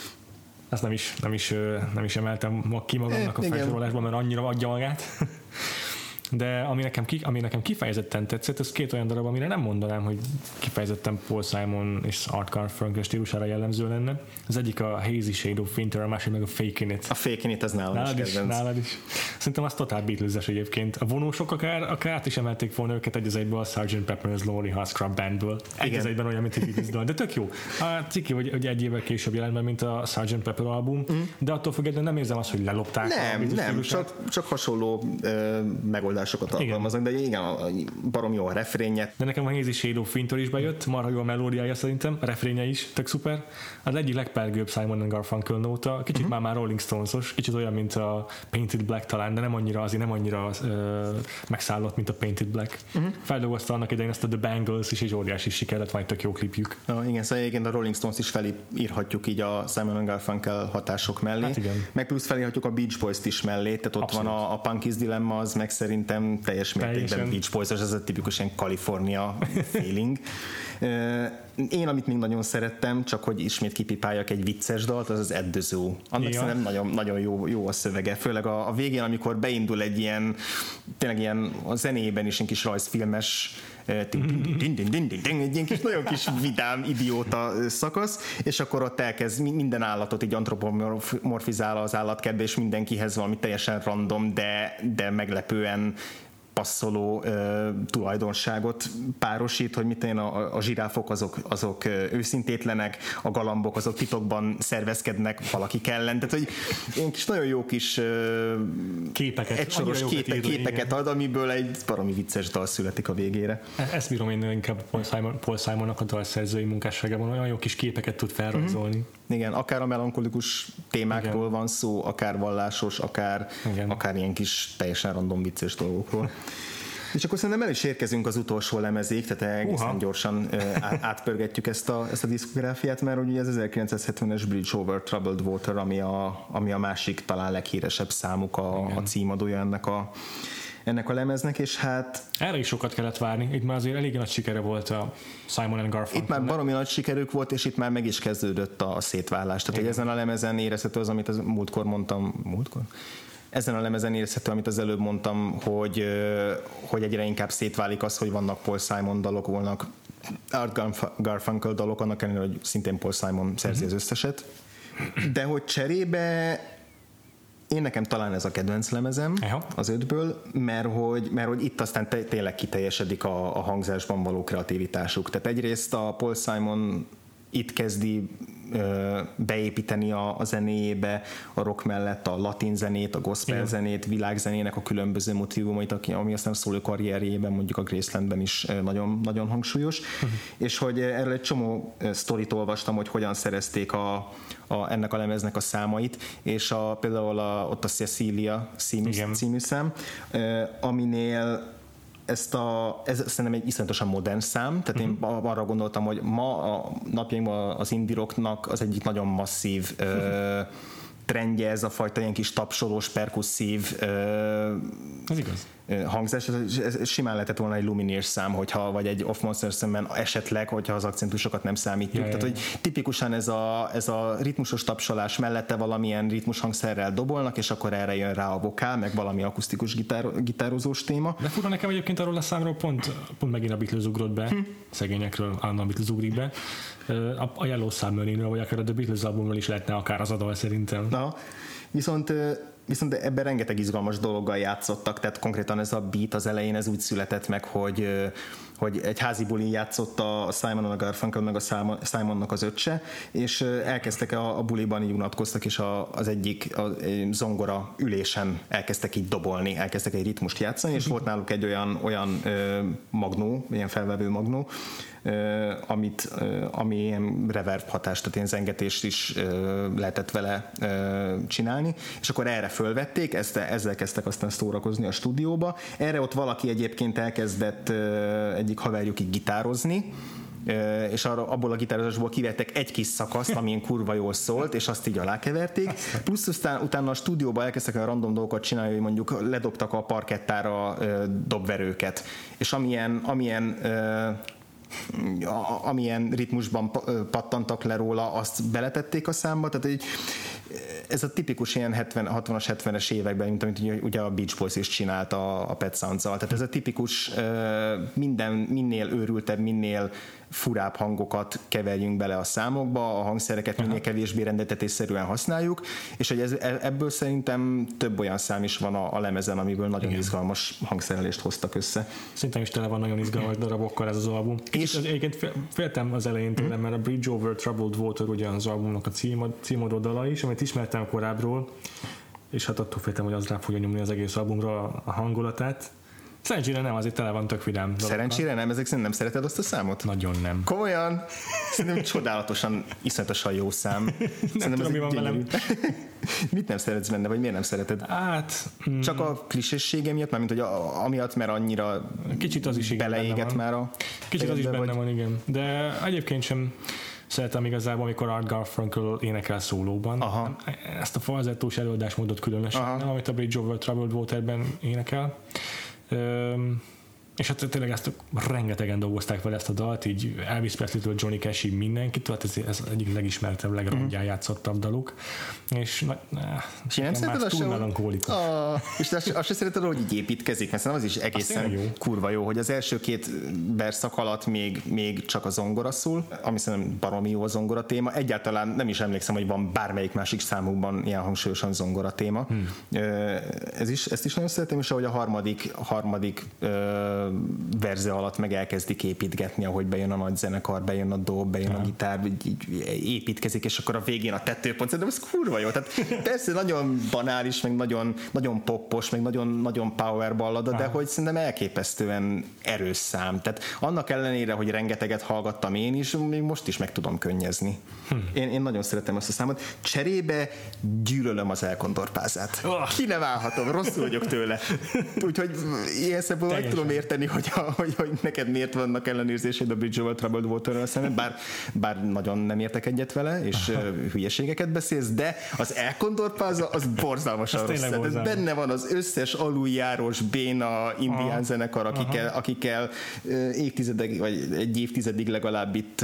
Ezt nem is, nem is, nem is emeltem ki magamnak a felsorolásban, mert annyira adja magát. De ami nekem, ami nekem kifejezetten tetszett, ez két olyan darab, amire nem mondanám, hogy kifejezetten Paul Simon és Art Garfunkel stílusára jellemző lenne. Az egyik a Hazy Shade of Winter, a másik meg a Fakin' It. A Fakin' It, ez nálam nálad is kedvenc. Nálad is. Szerintem az totál Beatles-es egyébként. A vonósok akár, akár át is emelték volna őket egy az egyből a sergeant Pepper's Lonely Hearts Club Bandből. Egy az egyben olyan, mint egy Beatles dal. De tök jó. A ciki, hogy, hogy egy évvel később jelent meg, mint a sergeant Pepper album, mm. de attól függetlenül nem érzem azt, hogy lelopták. Nem, nem, csak, csak hasonló ö, megoldásokat alkalmaznak. De igen, barom jó a refrénje. De nekem a Hazy Shade of Winter is bejött, marha jó a melódiája szerintem, a refrénje is, tök szuper. Az egyik legpergőbb Simon and Garfunkel nóta, kicsit uh-huh. már már Rolling Stones-os, kicsit olyan, mint a Painted Black talán, de nem annyira, azért nem annyira uh, megszállott, mint a Painted Black. Uh-huh. Feldolgozta annak idején ezt a The Bangles is, és óriási siker lett, van egy tök jó klipjük. No, igen, szóval egyébként a Rolling Stones is felírhatjuk így a Simon and Garfunkel hatások mellé. Hát igen. Meg plusz felírhatjuk a Beach Boys-t is mellé, tehát ott abszolút. Van a, a Punky's Dilemma, az meg szerintem teljes mértékben Beach Boys, ez a tipikus ilyen California feeling. Én, amit még nagyon szerettem, csak hogy ismét kipipáljak egy vicces dalt, az az At the Zoo. Annak ja. szerintem nagyon, nagyon jó, jó a szövege, főleg a, a végén, amikor beindul egy ilyen, tényleg ilyen a zenében is egy kis rajzfilmes egy ilyen kis, nagyon kis vidám, idióta szakasz, és akkor ott elkezd minden állatot így antropomorfizál az állatkertbe, és mindenkihez valami teljesen random, de, de meglepően passzoló uh, tulajdonságot párosít, hogy mit én a, a zsiráfok azok, azok őszintétlenek, a galambok azok titokban szervezkednek valakik ellen, tehát hogy ilyen kis nagyon jó kis uh, képeket, egysoros képe, képeket ad, amiből egy baromi vicces dal születik a végére. Ezt bírom én inkább Paul, Simon, Paul Simonnak a dalszerzői munkásságában, olyan jó kis képeket tud felrajzolni. Mm-hmm. Igen, akár a melankolikus témákról igen. van szó, akár vallásos, akár, akár ilyen kis teljesen random vicces dolgokról. És akkor szerintem el is érkezünk az utolsó lemezig, tehát egészen uh-huh. gyorsan uh, átpörgetjük ezt a, ezt a diszkográfiát, mert ugye az ezerkilencszázhetvenes Bridge Over Troubled Water, ami a, ami a másik talán leghíresebb számuk, a, a címadója ennek a ennek a lemeznek, és hát... Erre is sokat kellett várni, itt már azért elég nagy sikere volt a Simon and Garfunkel. Itt már baromi nagy sikerük volt, és itt már meg is kezdődött a szétválás. Tehát, hogy ezen a lemezen érezhető az, amit az múltkor mondtam, múltkor? Ezen a lemezen érezhető, amit az előbb mondtam, hogy, hogy egyre inkább szétválik az, hogy vannak Paul Simon dalok, vannak Art Garfunkel dalok, annak ellenére, hogy szintén Paul Simon szerzi az összeset. De hogy cserébe én nekem talán ez a kedvenc lemezem Aha. az ötből, mert hogy, mert hogy itt aztán te, tényleg kiteljesedik a, a hangzásban való kreativitásuk. Tehát egyrészt a Paul Simon itt kezdi ö, beépíteni a, a zenéjébe a rock mellett a latin zenét, a gospel Igen. zenét, világzenének a különböző motívumait, ami aztán a szóló karrierjében, mondjuk a Gracelandben is nagyon, nagyon hangsúlyos, uh-huh. és hogy erről egy csomó sztorit olvastam, hogy hogyan szerezték a, a, ennek a lemeznek a számait, és a, például a, ott a Cecilia című, című szám, aminél ezt a, ez szerintem egy iszonyatosan modern szám, tehát én arra gondoltam, hogy ma a napjainkban az indie rocknak az egyik nagyon masszív ö, trendje, ez a fajta ilyen kis tapsolós, perkusszív ö, ez igaz. hangzás, ez, ez simán lehetett volna egy Lumineers szám, hogyha, vagy egy Of Monsters szemben esetleg, hogyha az akcentusokat nem számítjuk. Yeah, Tehát, yeah. hogy tipikusan ez a, ez a ritmusos tapsolás mellette valamilyen ritmus hangszerrel dobolnak, és akkor erre jön rá a vokál, meg valami akusztikus gitár, gitározós téma. De fura nekem egyébként arról a számról pont, pont megint a Beatles ugrott be, hm. szegényekről állandóan Beatles ugrik be. A, a Yellow Submarine-ről, vagy akár a The Beatles albumról is lehetne akár az a dal szerintem. Na, viszont Viszont ebben rengeteg izgalmas dologgal játszottak, tehát konkrétan ez a beat az elején ez úgy született meg, hogy, hogy egy házi bulin játszott a Simon a Garfunkel meg a Simonnak az öccse, és elkezdtek a, a buliban így unatkoztak, és a, az egyik a zongora ülésen elkezdtek így dobolni, elkezdtek egy ritmust játszani, és volt náluk egy olyan, olyan magnó, ilyen felvevő magnó, Uh, amit, uh, ami ilyen reverb hatást, tehát ilyen zengetést is uh, lehetett vele uh, csinálni, és akkor erre fölvették, ezt, ezzel kezdtek aztán szórakozni a stúdióba. Erre ott valaki egyébként elkezdett uh, egyik haverjuk így gitározni, Uh, és arra, abból a gitározásból kivettek egy kis szakaszt, amilyen kurva jól szólt, és azt így alákeverték. Plusz aztán utána a stúdióban elkezdtek a random dolgokat csinálni, hogy mondjuk ledobtak a parkettára uh, dobverőket, és amilyen, amilyen uh, amilyen ritmusban pattantak le róla, azt beletették a számba, tehát egy, ez a tipikus ilyen hetven, hatvanas, hetvenes években, mint amit ugye a Beach Boys is csinált a, a Pet Sounds-zal, tehát ez a tipikus minden, minél őrültebb, minél furább hangokat keverjünk bele a számokba, a hangszereket minél Aha. kevésbé rendeltetésszerűen használjuk, és hogy ez, ebből szerintem több olyan szám is van a, a lemezen, amiből nagyon Igen. izgalmas hangszerelést hoztak össze. Szerintem is tele van nagyon izgalmas darabokkal ez az album. És az, egyébként féltem az elején tőlem, mm. mert a Bridge Over Troubled Water ugye az albumnak a címadó dala is, amit ismertem korábbról, és hát attól féltem, hogy az rá fogja nyomni az egész albumra a hangulatát. Szerencsére nem, azért tele van tök vidám dalokkal. Szerencsére nem? Ezek szerint nem szereted azt a számot? Nagyon nem. Komolyan? Szerintem csodálatosan, iszonyatosan jó szám. Nem tudom, mi van velem. Mit nem szeretsz benne, vagy miért nem szereted? Hát... Mm. Csak a kliséssége miatt? Mármint, hogy a, amiatt, mert annyira kicsit az is beleégett már a... Kicsit az is benne vagy... van, igen. De egyébként sem szeretem igazából, amikor Art Garfunkel énekel szólóban. Aha. Ezt a falzettós előadásmódot különösen, Aha. amit a Bridge Over Troubled Waterben énekel. Um, és hát tényleg ezt rengetegen dolgozták vele ezt a dalt, így Elvis Presley-től Johnny Cash-ig mindenkit, tehát ez, ez egyik legismertebb, legrangyán játszottabb daluk, és na, és én nem szereted túl melankólikus. Ah, és azt, azt sem szereted, hogy így építkezik, mert szerintem az is egészen jó. kurva jó, hogy az első két verszak alatt még, még csak a zongora szól, ami szerintem baromi jó a zongora téma. Egyáltalán nem is emlékszem, hogy van bármelyik másik számukban ilyen hangsúlyosan zongora téma. Hmm. Ez is, ezt is nagyon szeretem, és ahogy a harmadik, harmadik verze alatt meg elkezdik építgetni, ahogy bejön a nagy zenekar, bejön a dob, bejön a gitár, így, így építkezik, és akkor a végén a tetőpont, de ez kurva jó. Tehát persze nagyon banális, meg nagyon, nagyon poppos, meg nagyon, nagyon power ballada, de hogy szerintem elképesztően erős szám. Tehát annak ellenére, hogy rengeteget hallgattam én is, még most is meg tudom könnyezni. Hm. Én, én nagyon szeretem ezt a számot. Cserébe gyűlölöm az elkondorpázát. Oh. Ki ne válhatom, rosszul vagyok tőle. Úgyhogy ilyen szempontból meg tudom érteni, érteni, hogy, a, hogy, hogy neked miért vannak ellenőrzéseid a Bridge over Troubled Water-ral szemben, bár, bár nagyon nem értek egyet vele, és Aha. hülyeségeket beszélsz, de az El Condor Plaza az borzalmasan rossz. Tehát benne van az összes aluljárós béna indián Aha. zenekar, akikkel, akikkel évtizedek, vagy egy évtizedig legalább itt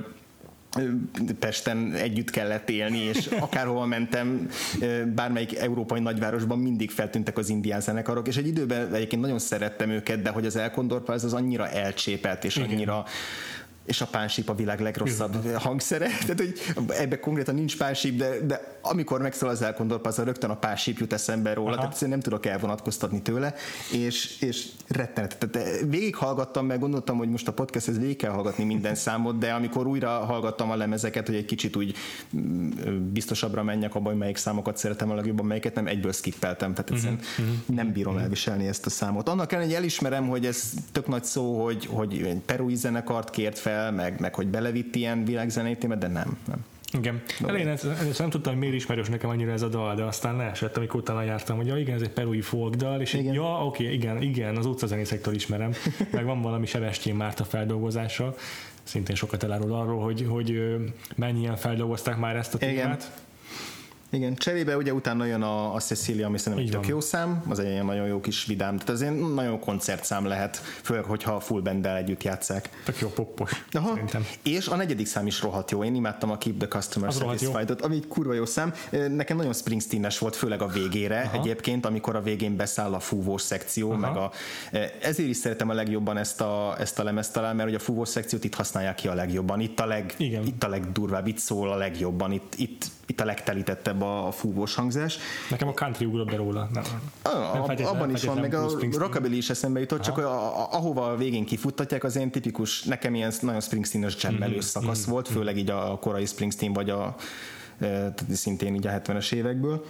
Pesten együtt kellett élni, és akárhol mentem, bármelyik európai nagyvárosban mindig feltűntek az indián zenekarok, és egy időben egyébként nagyon szerettem őket, de hogy az El Condor Plaza az annyira elcsépelt, és Igen. annyira és a pánsíp a világ legrosszabb Igen. hangszere, tehát hogy ebben konkrétan nincs pánsíp, de, de amikor megszól az El Condor Plaza, rögtön a pánsíp jut eszembe róla, Aha. tehát nem tudok elvonatkoztatni tőle, és, és rettenet. Tehát végighallgattam, mert gondoltam, hogy most a podcasthez végig kell hallgatni minden számot, de amikor újra hallgattam a lemezeket, hogy egy kicsit úgy biztosabbra menjek abban, hogy melyik számokat szeretem a legjobban, melyiket nem, egyből skippeltem, tehát egyszerűen uh-huh. nem bírom uh-huh. elviselni ezt a számot. Annak ellenére, hogy elismerem, hogy ez tök nagy szó, hogy, hogy egy perui zenekart kért fel, Meg, meg hogy belevitt ilyen világzenei témát, de nem. nem. Igen. Elején ezt, ezt nem tudtam, hogy miért ismerős nekem annyira ez a dal, de aztán leesett, amikor utána jártam, hogy ja, igen, ez egy perui folk dal, és igen. ja, oké, igen, igen, az utcazenészektől ismerem, meg van valami Sebestyén Márta feldolgozása, szintén sokat elárul arról, hogy, hogy mennyien feldolgozták már ezt a témát. Igen. Igen, cserébe ugye utána jön a, a Cecilia, ami szerintem egy tök jó szám, az egy nagyon jó kis vidám, tehát az egy nagyon koncertszám lehet, főleg, hogyha a full banddel együtt játsszák. Tök jó poppos, Aha. szerintem. És a negyedik szám is rohadt jó, én imádtam a Keep the Customer Satisfied-ot, ami egy kurva jó szám. Nekem nagyon Springsteen-es volt, főleg a végére Aha. egyébként, amikor a végén beszáll a fúvós szekció, Aha. meg a, ezért is szeretem a legjobban ezt a, ezt a lemezt talán, mert ugye a fúvós szekciót itt használják ki a legjobban, itt a, leg, itt a legdurvább, itt szól a legjobban, itt, itt, itt a legtelítettebb a fúvós hangzás. Nekem a country ugrott be róla. Nem, a, nem abban is van, meg a rockabilly is eszembe jutott, csak a, a, ahova a végén kifuttatják, az én tipikus, nekem ilyen nagyon Springsteen-es jammelő mm-hmm. szakasz mm-hmm. volt, főleg így a korai Springsteen, vagy a e, szintén így a hetvenes évekből.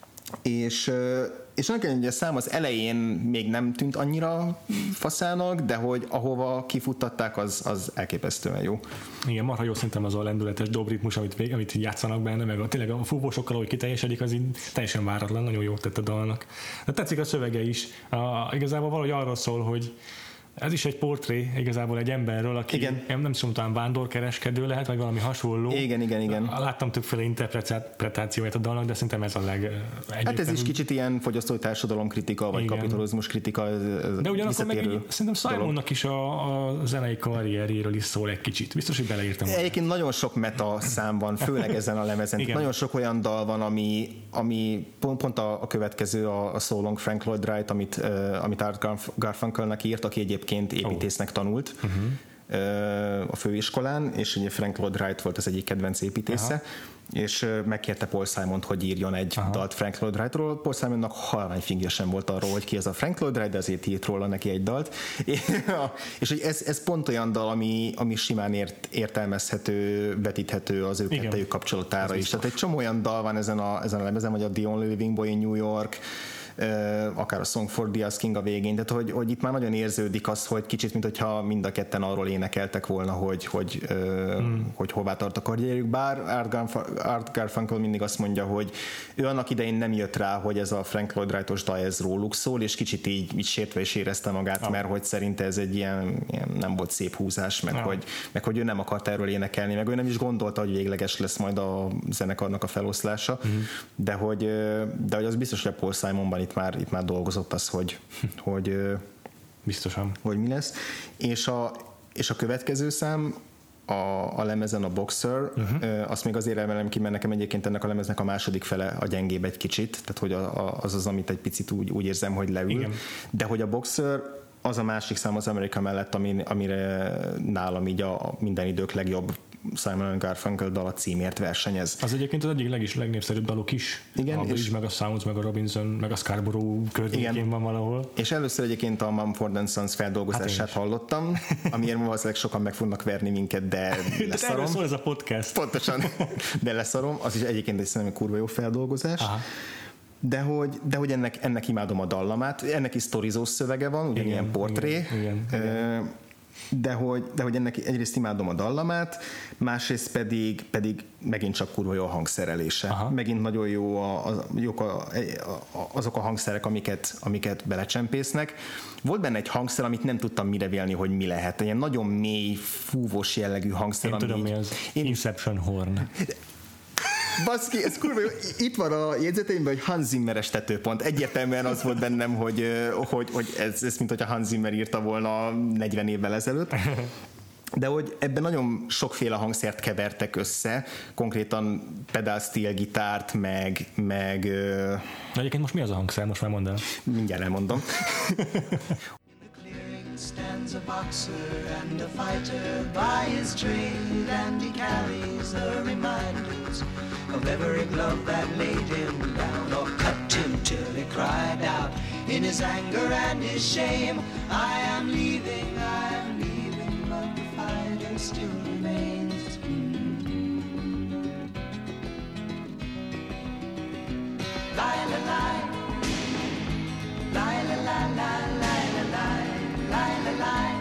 És és annak ellenére, hogy a szám az elején még nem tűnt annyira faszának, de hogy ahova kifuttatták, az, az elképesztően jó. Igen, marha jó szerintem az a lendületes dobritmus, amit, amit játszanak benne, meg a, tényleg a fúvósokkal, ahogy kiteljesedik, az így teljesen váratlan, nagyon jó tett a dalnak. De tetszik a szövege is. A, igazából valahogy arról szól, hogy ez is egy portré igazából egy emberről, aki igen. nem tudom, talán vándorkereskedő lehet, vagy valami hasonló. Igen, igen, igen. Láttam többféle interpretációját a dalnak, de szerintem ez a leg... Hát ez is kicsit ilyen fogyasztói társadalom kritika, vagy igen. kapitalizmus kritika. De ugyanakkor meg egy, szerintem Simonnak is a, a zenei karrierjéről is szól egy kicsit. Biztos, hogy beleírtam. Egyébként nagyon sok meta szám van, főleg ezen a lemezen. Nagyon sok olyan dal van, ami, ami pont, pont a, a következő, a, a So Long Frank Lloyd Wright, amit, uh, amit Art Garfunkelnek írt, aki egyébként építésznek tanult uh-huh. a főiskolán, és ugye Frank Lloyd Wright volt az egyik kedvenc építésze, Aha. és megkérte Paul Simont, hogy írjon egy Aha. dalt Frank Lloyd Wrightról. Paul Simonnak halvány fingja sem volt arról, hogy ki ez a Frank Lloyd Wright, de azért írt róla neki egy dalt. És hogy ez, ez pont olyan dal, ami, ami simán ért, értelmezhető, vetíthető az ő kettejük kapcsolatára ez is. Tehát egy csomó olyan dal van ezen a, ezen a lemezen, vagy a The Only Living Boy in New York, Uh, akár a Song for Diaz King a végén, tehát hogy, hogy itt már nagyon érződik az, hogy kicsit, mint hogyha mind a ketten arról énekeltek volna, hogy, hogy, uh, mm. hogy hová tart a karrierjük, bár Art Garfunkel mindig azt mondja, hogy ő annak idején nem jött rá, hogy ez a Frank Lloyd Wright-os dal ez róluk szól, és kicsit így, így sértve is érezte magát, ah. mert hogy szerinte ez egy ilyen, ilyen nem volt szép húzás, meg, ah. hogy, meg hogy ő nem akart erről énekelni, meg ő nem is gondolta, hogy végleges lesz majd a zenekarnak a feloszlása, mm. de, hogy, de hogy az biztos, hogy a Paul Simonban itt már, itt már dolgozott az, hogy, hogy, biztosan. hogy mi lesz. És a, és a következő szám a, a lemezen a Boxer, uh-huh. azt még azért emelem ki, mert nekem egyébként ennek a lemeznek a második fele a gyengébb egy kicsit, tehát hogy a, a, az az, amit egy picit úgy, úgy érzem, hogy leül. Igen. De hogy a Boxer az a másik szám az Amerika mellett, ami, amire nálam így a minden idők legjobb Simon and Garfunkel dal a címért versenyez. Az egyébként az egyik legis, legnépszerűbb dalok is. Igen. A Bridge, meg a Sounds, meg a Robinson, meg a Scarborough környékén van valahol. És először egyébként a Mumford and Sons feldolgozását hát hallottam, amiért valószínűleg sokan meg fognak verni minket, de leszarom. Erről szól ez a podcast. Pontosan, de leszarom. Az is egyébként egy szerintem kurva jó feldolgozás. Aha. De hogy, de hogy ennek, ennek imádom a dallamát. Ennek is sztorizós szövege van, ugyanilyen portré. Igen, igen, igen. de hogy, de hogy ennek egyrészt imádom a dallamát, másrészt pedig, pedig megint csak kurva jó a hangszerelése. Aha. Megint nagyon jó a, a, jók a, a, azok a hangszerek, amiket, amiket belecsempésznek. Volt benne egy hangszer, amit nem tudtam mire vélni, hogy mi lehet. Ilyen nagyon mély, fúvós jellegű hangszer. Én tudom, mi az. Én... Inception horn. Baszki, ez kurva jó. Itt van a jegyzeteimben, hogy Hans Zimmeres tetőpont. Egyértelműen az volt bennem, hogy, hogy, hogy ez, ez mint hogyha Hans Zimmer írta volna negyven évvel ezelőtt. De hogy ebben nagyon sokféle hangszert kevertek össze, konkrétan pedal steel gitárt, meg... meg Na, egyébként most mi az a hangszer? Most már mondd el. Mindjárt elmondom. Stands a boxer and a fighter by his trade, and he carries the reminders of every glove that laid him down or cut him till he cried out in his anger and his shame, I am leaving, I am leaving, but the fighter still remains. Mm-hmm. Lie, la, lie. Lie, la, la, la, lie, la, lie. Lie, la, lie.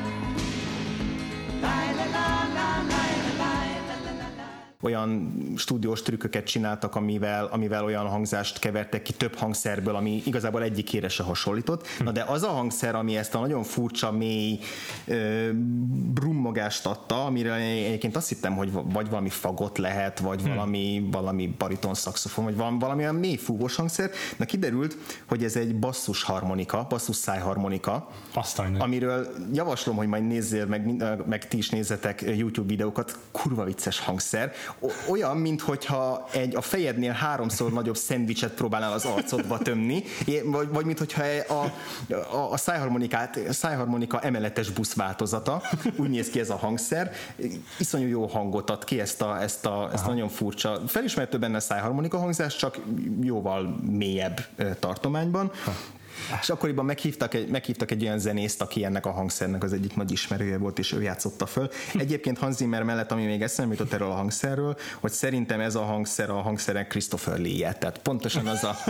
Lie, la, la, la, lie, la, lie, la, la, la, la. Olyan stúdiós trükköket csináltak, amivel, amivel olyan hangzást kevertek ki több hangszerből, ami igazából egyikére se hasonlított. Na de az a hangszer, ami ezt a nagyon furcsa, mély ö, brummogást adta, amire egyébként azt hittem, hogy vagy valami fagot lehet, vagy hmm. valami, valami bariton szaxofon, vagy valami olyan mély fúvós hangszer. Na kiderült, hogy ez egy basszus harmonika, basszus szájharmonika, Aztán. amiről javaslom, hogy majd nézzél, meg, meg ti is nézzetek YouTube videókat, kurva vicces hangszer. Olyan, minthogyha egy a fejednél háromszor nagyobb szendvicset próbálnál az arcodba tömni, vagy, vagy minthogyha a, a, a szájharmonikát, a szájharmonika emeletes busz változata, úgy néz ki ez a hangszer, iszonyú jó hangot ad ki ezt a, ezt a, ezt a nagyon furcsa, felismerhető benne a szájharmonika hangzás, csak jóval mélyebb tartományban. Ha. És akkoriban meghívtak egy, meghívtak egy olyan zenészt, aki ennek a hangszernek az egyik nagy ismerője volt, és ő játszotta föl. Egyébként Hans Zimmer mellett, ami még eszembe jutott erről a hangszerről, hogy szerintem ez a hangszer a hangszerek Christopher Lee-je, tehát pontosan az a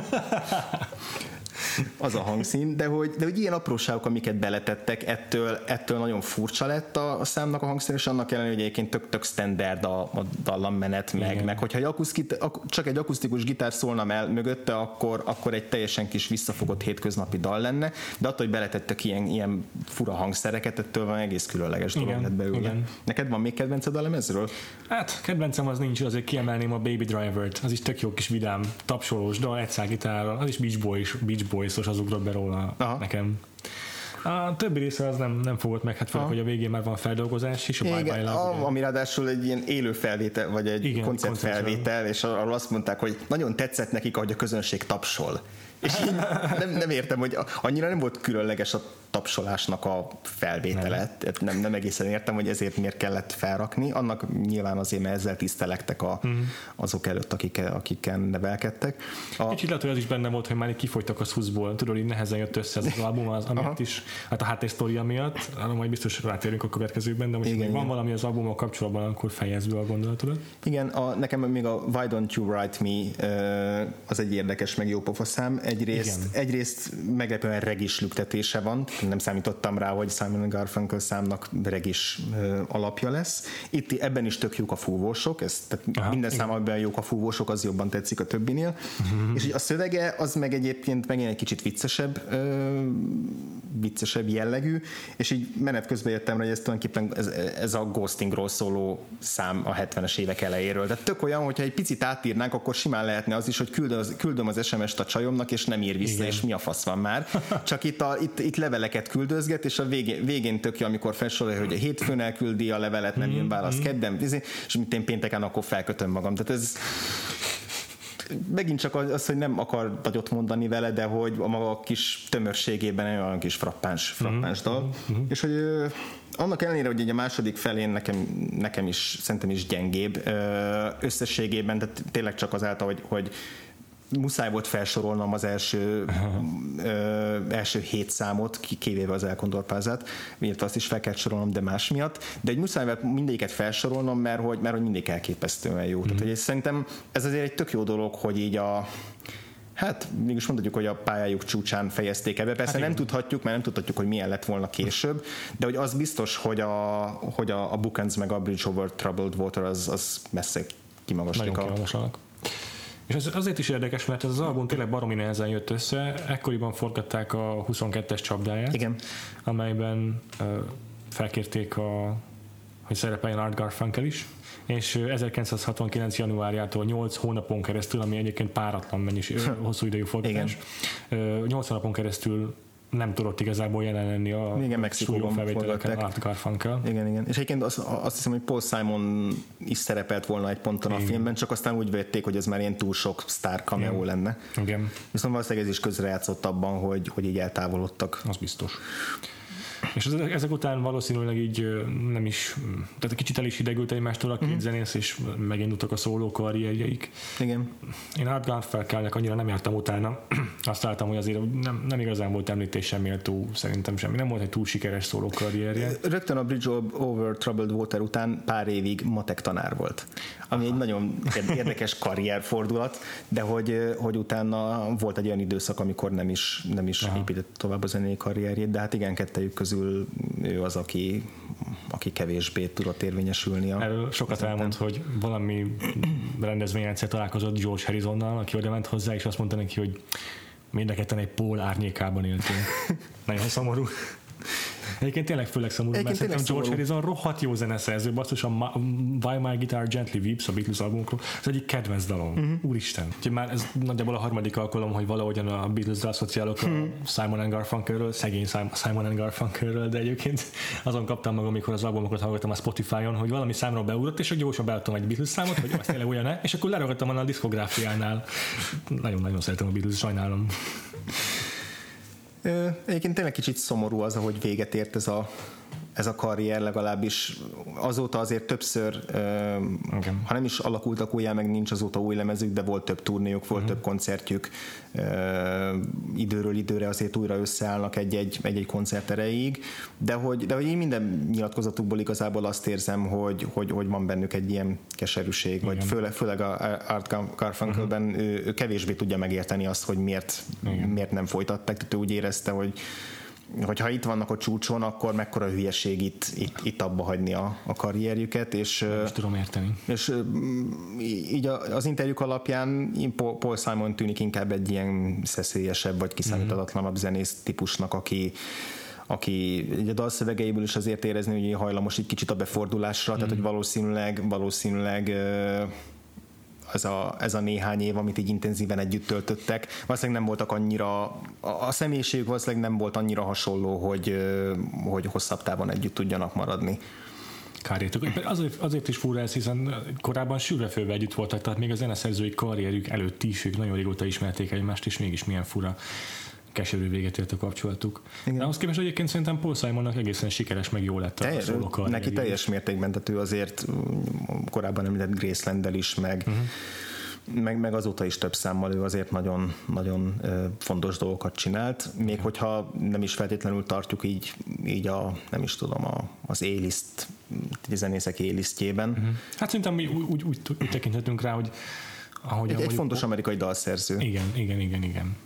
az a hangszín, de hogy, de hogy ilyen apróságok, amiket beletettek, ettől, ettől nagyon furcsa lett a, a számnak a hangszer, és annak ellenére, hogy egyébként tök, tök standard a, a dallammenet, meg, meg hogyha egy akuszkit, csak egy akusztikus gitár szólna el mögötte, akkor, akkor egy teljesen kis visszafogott hétköznapi dal lenne, de attól, hogy beletettek ilyen, ilyen fura hangszereket, ettől van egész különleges dolog lett belőle. Igen. Neked van még kedvenced a lemezről? Hát, kedvencem az nincs, azért kiemelném a Baby Driver-t, az is tök jó kis vidám, tapsolós dal, egyszágitárral, az is Beach Boys, Beach Boys-os, az ugrott be róla. Aha. Nekem. A többi része az nem, nem fogott meg, hát főleg, hogy a végén már van feldolgozás is, a igen, Bye Bye Love. A, ami ráadásul egy ilyen élő felvétel, vagy egy igen, koncertfelvétel, és arról azt mondták, hogy nagyon tetszett nekik, ahogy a közönség tapsol. És így nem, nem értem, hogy annyira nem volt különleges a tapsolásnak a felvétele. Nem. nem, nem egészen értem, hogy ezért miért kellett felrakni. Annak nyilván azért, mert ezzel tisztelektek a, mm. azok előtt, akik, akiken nevelkedtek. A... Kicsit lehet, hogy az is benne volt, hogy már így kifogytak a szuszból. Tudod, így nehezen jött össze az album, az, amiatt is, hát a háttérsztoria miatt, arra majd biztos rátérünk a következőkben, de most igen, van igen. valami az albummal kapcsolatban, akkor fejezd be a gondolatodat. Igen, a, nekem még a Why Don't You Write Me az egy érdekes, meg jó pofa szám. Egyrészt, egyrészt meglepően regis lüktetése van, nem számítottam rá, hogy Simon Garfunkel számnak regis uh, alapja lesz. Itt ebben is tök jók a fúvósok, ez, tehát aha, minden szám, amiben jók a fúvósok, az jobban tetszik a többinél. Uh-huh. És a szövege az meg egyébként megint egy kicsit viccesebb, uh, viccesebb jellegű, és így menet közben jöttem rá, hogy ez tulajdonképpen ez, ez a ghostingról szóló szám a hetvenes évek elejéről. Tehát tök olyan, hogyha egy picit átírnánk, akkor simán lehetne az is, hogy küldöm az, küldöm az es em est a csajomnak, és nem ír vissza, igen. és mi a fasz van már. Csak itt, a, itt, itt leveleket küldözget, és a végén, végén tök jó, amikor felsorolja, hogy a hétfőn elküldi a levelet, nem jön válasz kedden, és mint én pénteken, akkor felkötöm magam. Tehát ez megint csak az, hogy nem akar nagyot mondani vele, de hogy a maga kis tömörségében egy olyan kis frappáns, frappáns dal. Uh-huh. És hogy annak ellenére, hogy egy a második felén nekem, nekem is szerintem is gyengébb összességében, tehát tényleg csak azáltal, hogy, hogy muszáj volt felsorolnom az első, ö, első hét számot, kivéve az elkondorpázát, illetve azt is fel kell sorolnom, de más miatt, de egy muszáj mindegyiket felsorolnom, mert hogy, mert hogy mindig elképesztően jó. Mm. Tehát hogy szerintem ez azért egy tök jó dolog, hogy így a Hát mégis mondhatjuk, hogy a pályájuk csúcsán fejezték ebbe. Persze hát nem tudhatjuk, mert nem tudhatjuk, hogy milyen lett volna később, de hogy az biztos, hogy a, hogy a, a Bookends meg a Bridge Over Troubled Water az, az messze kimagaslik. Nagyon kimagaslanak. És ez azért is érdekes, mert ez az album tényleg baromi nehezen jött össze. Ekkoriban forgatták a huszonkettes csapdáját, igen. amelyben uh, felkérték, a, hogy szerepeljen Art Garfunkel is, és ezerkilencszázhatvankilenc januárjától nyolc hónapon keresztül, ami egyébként páratlan mennyiség, hosszú idejű forgatás, nyolc hónapon keresztül nem tudott igazából jelen lenni a stúdió felvételeken Art Garfunkel. Igen, igen. És egyébként azt, azt hiszem, hogy Paul Simon is szerepelt volna egy ponton igen. a filmben, csak aztán úgy vették, hogy ez már ilyen túl sok sztár cameo igen. lenne. Igen. Viszont valószínűleg ez is közrejátszott abban, hogy, hogy így eltávolodtak. Az biztos. És ezek után valószínűleg így nem is, tehát kicsit el is hidegült egymástól a két mm-hmm. zenész, és megindultak a szóló karrierjeik. Igen. Én Art Garfunkelnek annyira nem jártam utána, azt láttam, hogy azért nem, nem igazán volt említéssel méltó, szerintem semmi. Nem volt egy túl sikeres szóló karrierje. Rögtön a Bridge Over Troubled Water után pár évig matek tanár volt, ami Aha. egy nagyon érdekes karrierfordulat, de hogy, hogy utána volt egy olyan időszak, amikor nem is, nem is épített tovább a zenei karrierjét, de hát igen, kettejük közül ő az, aki, aki kevésbé tudott érvényesülni. A Erről sokat elmond, hogy valami rendezvényen egyszer találkozott George Harrisonnal, aki oda ment hozzá, és azt mondta neki, hogy mind a ketten egy pól árnyékában éltünk. Nagyon szomorú. Egyébként tényleg főleg szomorú, mert szerintem George Harrison rohadt jó zeneszerző, basszus, a Why My Guitar Gently Weeps, a Beatles albumokról, az egyik kedvenc dalom. Uh-huh. Úristen. Úgyhogy már ez nagyjából a harmadik alkalom, hogy valahogyan a Beatles-re asszociálok a uh-huh. Simon and Garfunkelről, szegény Simon and Garfunkelről, de egyébként azon kaptam magam, amikor az albumokat hallgattam a Spotify-on, hogy valami számra beugrott, és hogy gyorsan beadtam egy Beatles számot, hogy az tényleg olyan-e, és akkor leraggattam a diszkográfiánál. Nagyon-nagyon szeretem a Beatles, sajnálom. Egyébként tényleg kicsit szomorú az, ahogy véget ért ez a, ez a karrier, legalábbis azóta azért többször, okay. ha nem is alakultak újjá, meg nincs azóta új lemezük, de volt több turnéjuk, volt uh-huh. több koncertjük, időről időre azért újra összeállnak egy-egy, egy-egy koncert erejéig, de hogy, de hogy én minden nyilatkozatukból igazából azt érzem, hogy, hogy, hogy van bennük egy ilyen keserűség, igen. vagy főleg, főleg a Art Garfunkelben uh-huh. ő, ő kevésbé tudja megérteni azt, hogy miért, miért nem folytatták, tehát ő úgy érezte, hogy hogyha itt vannak a csúcson, akkor mekkora hülyeség itt, itt, itt abba hagyni a, a karrierjüket, és, nem is tudom érteni. És így az interjúk alapján Paul Simon tűnik inkább egy ilyen szeszélyesebb, vagy kiszámíthatatlanabb zenész típusnak, aki aki a dalszövegeiből is azért érezni, hogy hajlamos egy kicsit a befordulásra, mm. tehát hogy valószínűleg, valószínűleg Ez a, ez a néhány év, amit így intenzíven együtt töltöttek, valószínűleg nem voltak annyira, a személyiségük valószínűleg nem volt annyira hasonló, hogy, hogy hosszabb távon együtt tudjanak maradni. Kárjátok. Azért, azért is fura ez, hiszen korábban sűrűfővel együtt voltak, tehát még a zeneszerzői karrierjük előtt is, ők nagyon régóta ismerték egymást, és mégis milyen fura, keserű véget ért a kapcsolatuk. Igen. De ahhoz képest egyébként szerintem Paul Simonnak egészen sikeres, meg jó lett a teljes, szóló karrierjük. Neki teljes mértékben, tehát ő azért korábban említett Graceland-del is, meg, uh-huh. meg, meg azóta is több számmal ő azért nagyon, nagyon fontos dolgokat csinált, még okay. hogyha nem is feltétlenül tartjuk így, így a, nem is tudom, a, az A-list, a zenészek A-listjében. Uh-huh. Hát szerintem úgy, úgy, úgy, úgy tekinthetünk rá, hogy ahogy, egy, ahogy, egy fontos amerikai dalszerző. Igen, igen, igen, igen.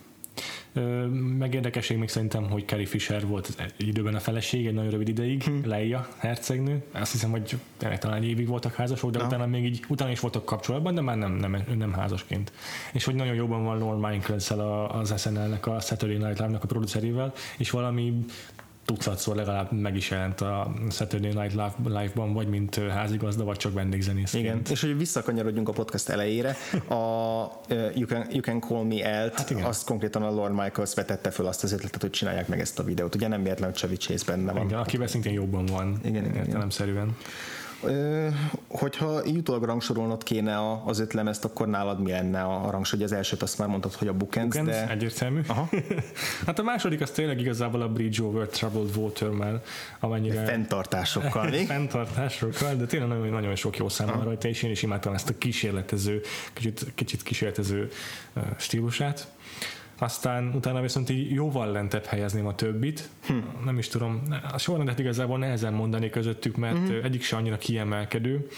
Meg érdekesség még szerintem, hogy Carrie Fisher volt egy időben a feleség, egy nagyon rövid ideig, hmm. Leia hercegnő. Azt hiszem, hogy talán évig voltak házasok, de no. utána még így, utána is voltak kapcsolatban, de már nem, nem, nem házasként. És hogy nagyon jobban van Lorne Michaels-szel az es en el-nek, a Saturday Night Live-nak a producerével, és valami tucatszor legalább meg is jelent a Saturday Night Live-ban, vagy mint házigazda, vagy csak vendégzenészként. Igen, és hogy visszakanyarodjunk a podcast elejére, a uh, you, can, you Can Call Me Alt, hát azt konkrétan a Lorne Michaels vetette föl azt az ötletet, hogy csinálják meg ezt a videót. Ugye nem véletlenül Chevy Chase benne van. Igen, akivel szintén jobban van. Igen, igen, értelemszerűen. Ö, hogyha így utólag rangsorolnod kéne az öt lemezt, akkor nálad mi lenne a rangsor? Az elsőt azt már mondtad, hogy a Bookends, Bookends de... egyértelmű. Aha. Hát a második az tényleg igazából a Bridge Over Troubled Water, mert amennyire... Fenntartásokkal még. Fenntartásokkal, de tényleg nagyon, nagyon sok jó szám van rajta, és én is imádtam ezt a kísérletező, kicsit, kicsit kísérletező stílusát. Aztán utána viszont így jóval lentebb helyezném a többit. Hm. Nem is tudom, a sorrendet igazából nehezen mondani közöttük, mert uh-huh. egyik se annyira kiemelkedő.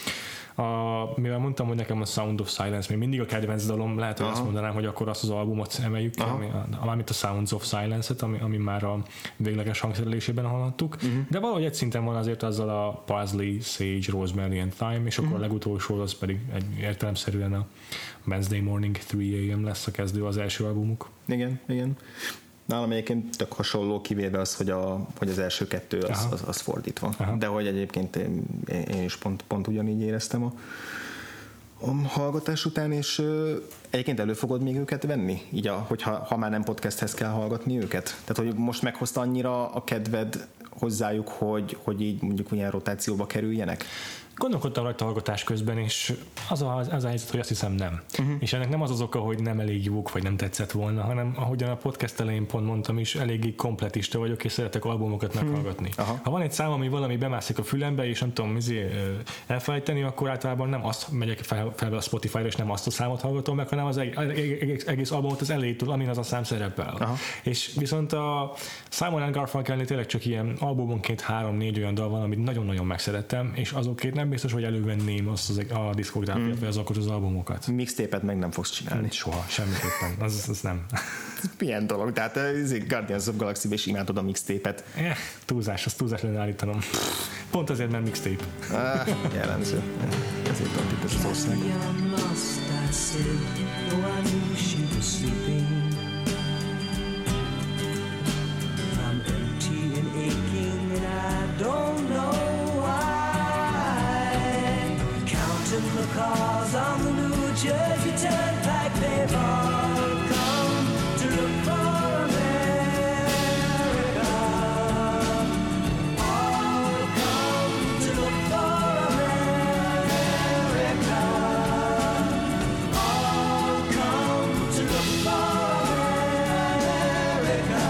a, mivel mondtam, hogy nekem a Sound of Silence még mindig a kedvenc dalom, lehet, hogy Aha. azt mondanám, hogy akkor azt az albumot emeljük ki, ami, amit a Sounds of Silence-et, ami, ami már a végleges hangszerelésében hallhattuk, uh-huh. de valahogy egy szinten van azért azzal a Parsley, Sage, Rosemary and Thyme, és akkor uh-huh. a legutolsó az pedig egy értelemszerűen a Wednesday Morning three a.m. lesz a kezdő, az első albumuk. Igen, igen. Nálam egyébként tök hasonló, kivéve az, hogy, a, hogy az első kettő az, az, az fordítva. Aha. De hogy egyébként én, én is pont, pont ugyanígy éreztem a, a hallgatás után, és ö, egyébként elő fogod még őket venni? Így, a, hogyha ha már nem podcasthez kell hallgatni őket? Tehát, hogy most meghozta annyira a kedved hozzájuk, hogy, hogy így mondjuk ilyen rotációba kerüljenek? Gondolkodtam rajta hallgatás közben, és az a, az a helyzet, hogy azt hiszem nem. Uh-huh. És ennek nem az az oka, hogy nem elég jók, vagy nem tetszett volna, hanem ahogyan a podcast elején pont mondtam is, eléggé kompletista vagyok, és szeretek albumokat meghallgatni. Uh-huh. Ha van egy szám, ami valami bemászik a fülembe, és nem tudom izé, elfelejteni, akkor általában nem azt megyek fel, fel a Spotify-ra, és nem azt a számot hallgatom meg, hanem az egész, egész albumot az elejétől, amin az a szám szerepel. Uh-huh. És viszont a Simon and Garfunkelnél tényleg csak ilyen albumonként három-négy olyan dal van, amit nagyon-nagyon megszerettem, és azokért nem biztos, hogy elővenném azt az, a diszkográfiát, mm. vagy azokat az albumokat. Mixtépet meg nem fogsz csinálni. Soha, semmiképpen. Az, az nem. Milyen dolog? Tehát az Guardians of Galaxy-ben is imádod a mixtépet. Eh, túlzás, az túlzás lenne állítanom. Pont azért, mert mixtape. Ah, jellemző. Ezért van itt az ország. The cars on the New Jersey Turnpike, they've all come to look for America. All come to look for America. All come to look for America.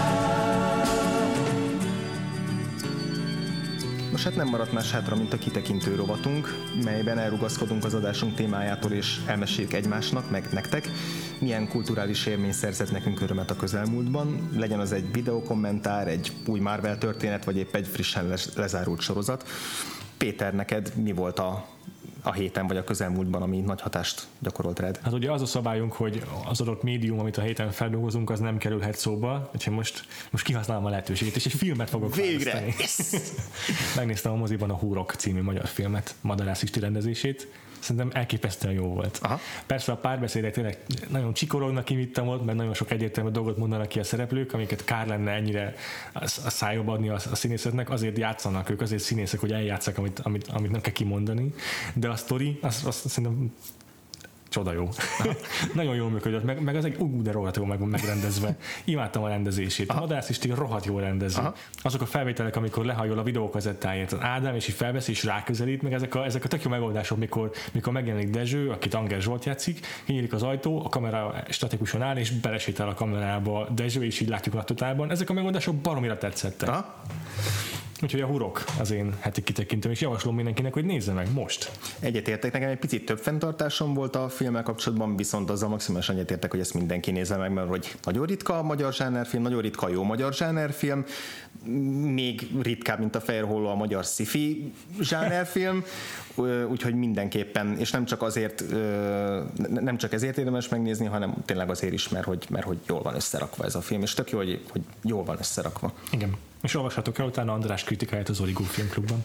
Most hát nem maradt más hátra, mint a kitekintő rovatunk, melyben elrugaszkodunk az adásunk témájától és elmeséljük egymásnak, meg nektek, milyen kulturális élmény szerzett nekünk örömet a közelmúltban, legyen az egy videokommentár, egy új Marvel történet, vagy épp egy frissen lezárult sorozat. Péter, neked mi volt a a héten vagy a közelmúltban, ami nagy hatást gyakorolt rád? Hát ugye az a szabályunk, hogy az adott médium, amit a héten feldolgozunk, az nem kerülhet szóba, úgyhogy most, most kihasználom a lehetőséget, és egy filmet fogok Végre! Yes. Megnéztem a moziban a Húrok című magyar filmet, Madarász Isti rendezését. Szerintem elképesztően jó volt. Aha. Persze a párbeszédek tényleg nagyon csikorognak kivittem ott, mert nagyon sok egyértelmű dolgot mondanak ki a szereplők, amiket kár lenne ennyire a szájába adni a, a színészetnek, azért játszanak ők, azért színészek, hogy eljátszák, amit, amit, amit nem kell kimondani. De a sztori, azt, azt szerintem csoda jó. Nagyon jól működött, meg, meg az egy ú, de rohadt jó meg, megrendezve. Imádtam a rendezését. A Madarász Isti rohadt jó rendező. Aha. Azok a felvételek, amikor lehajol a videókazettáért az Ádám, és így felvesz, és ráközelít, meg ezek a, ezek a tök jó megoldások, mikor, mikor megjelenik Dezső, akit Anger Zsolt játszik, kinyílik az ajtó, a kamera statikusan áll, és belesétál a kamerába Dezső, és így látjuk a totálban. Ezek a megoldások baromira tetszettek. Aha. Úgyhogy a Hurok az én heti kitekintőm, és javaslom mindenkinek, hogy nézze meg most. Egyetértek, nekem egy picit több fenntartásom volt a filmmel kapcsolatban, viszont azzal maximálisan egyetértek, hogy ezt mindenki nézze meg, mert hogy nagyon ritka a magyar zsánerfilm, nagyon ritka a jó magyar zsánerfilm, még ritkább, mint a Fehér Holló a magyar sci-fi zsánerfilm, úgyhogy mindenképpen, és nem csak azért, nem csak ezért érdemes megnézni, hanem tényleg azért is, mert hogy, mert hogy jól van összerakva ez a film, és tök jó, hogy, hogy jól van összerakva. Igen. És olvashatok el utána András kritikáját az Origó Filmklubban.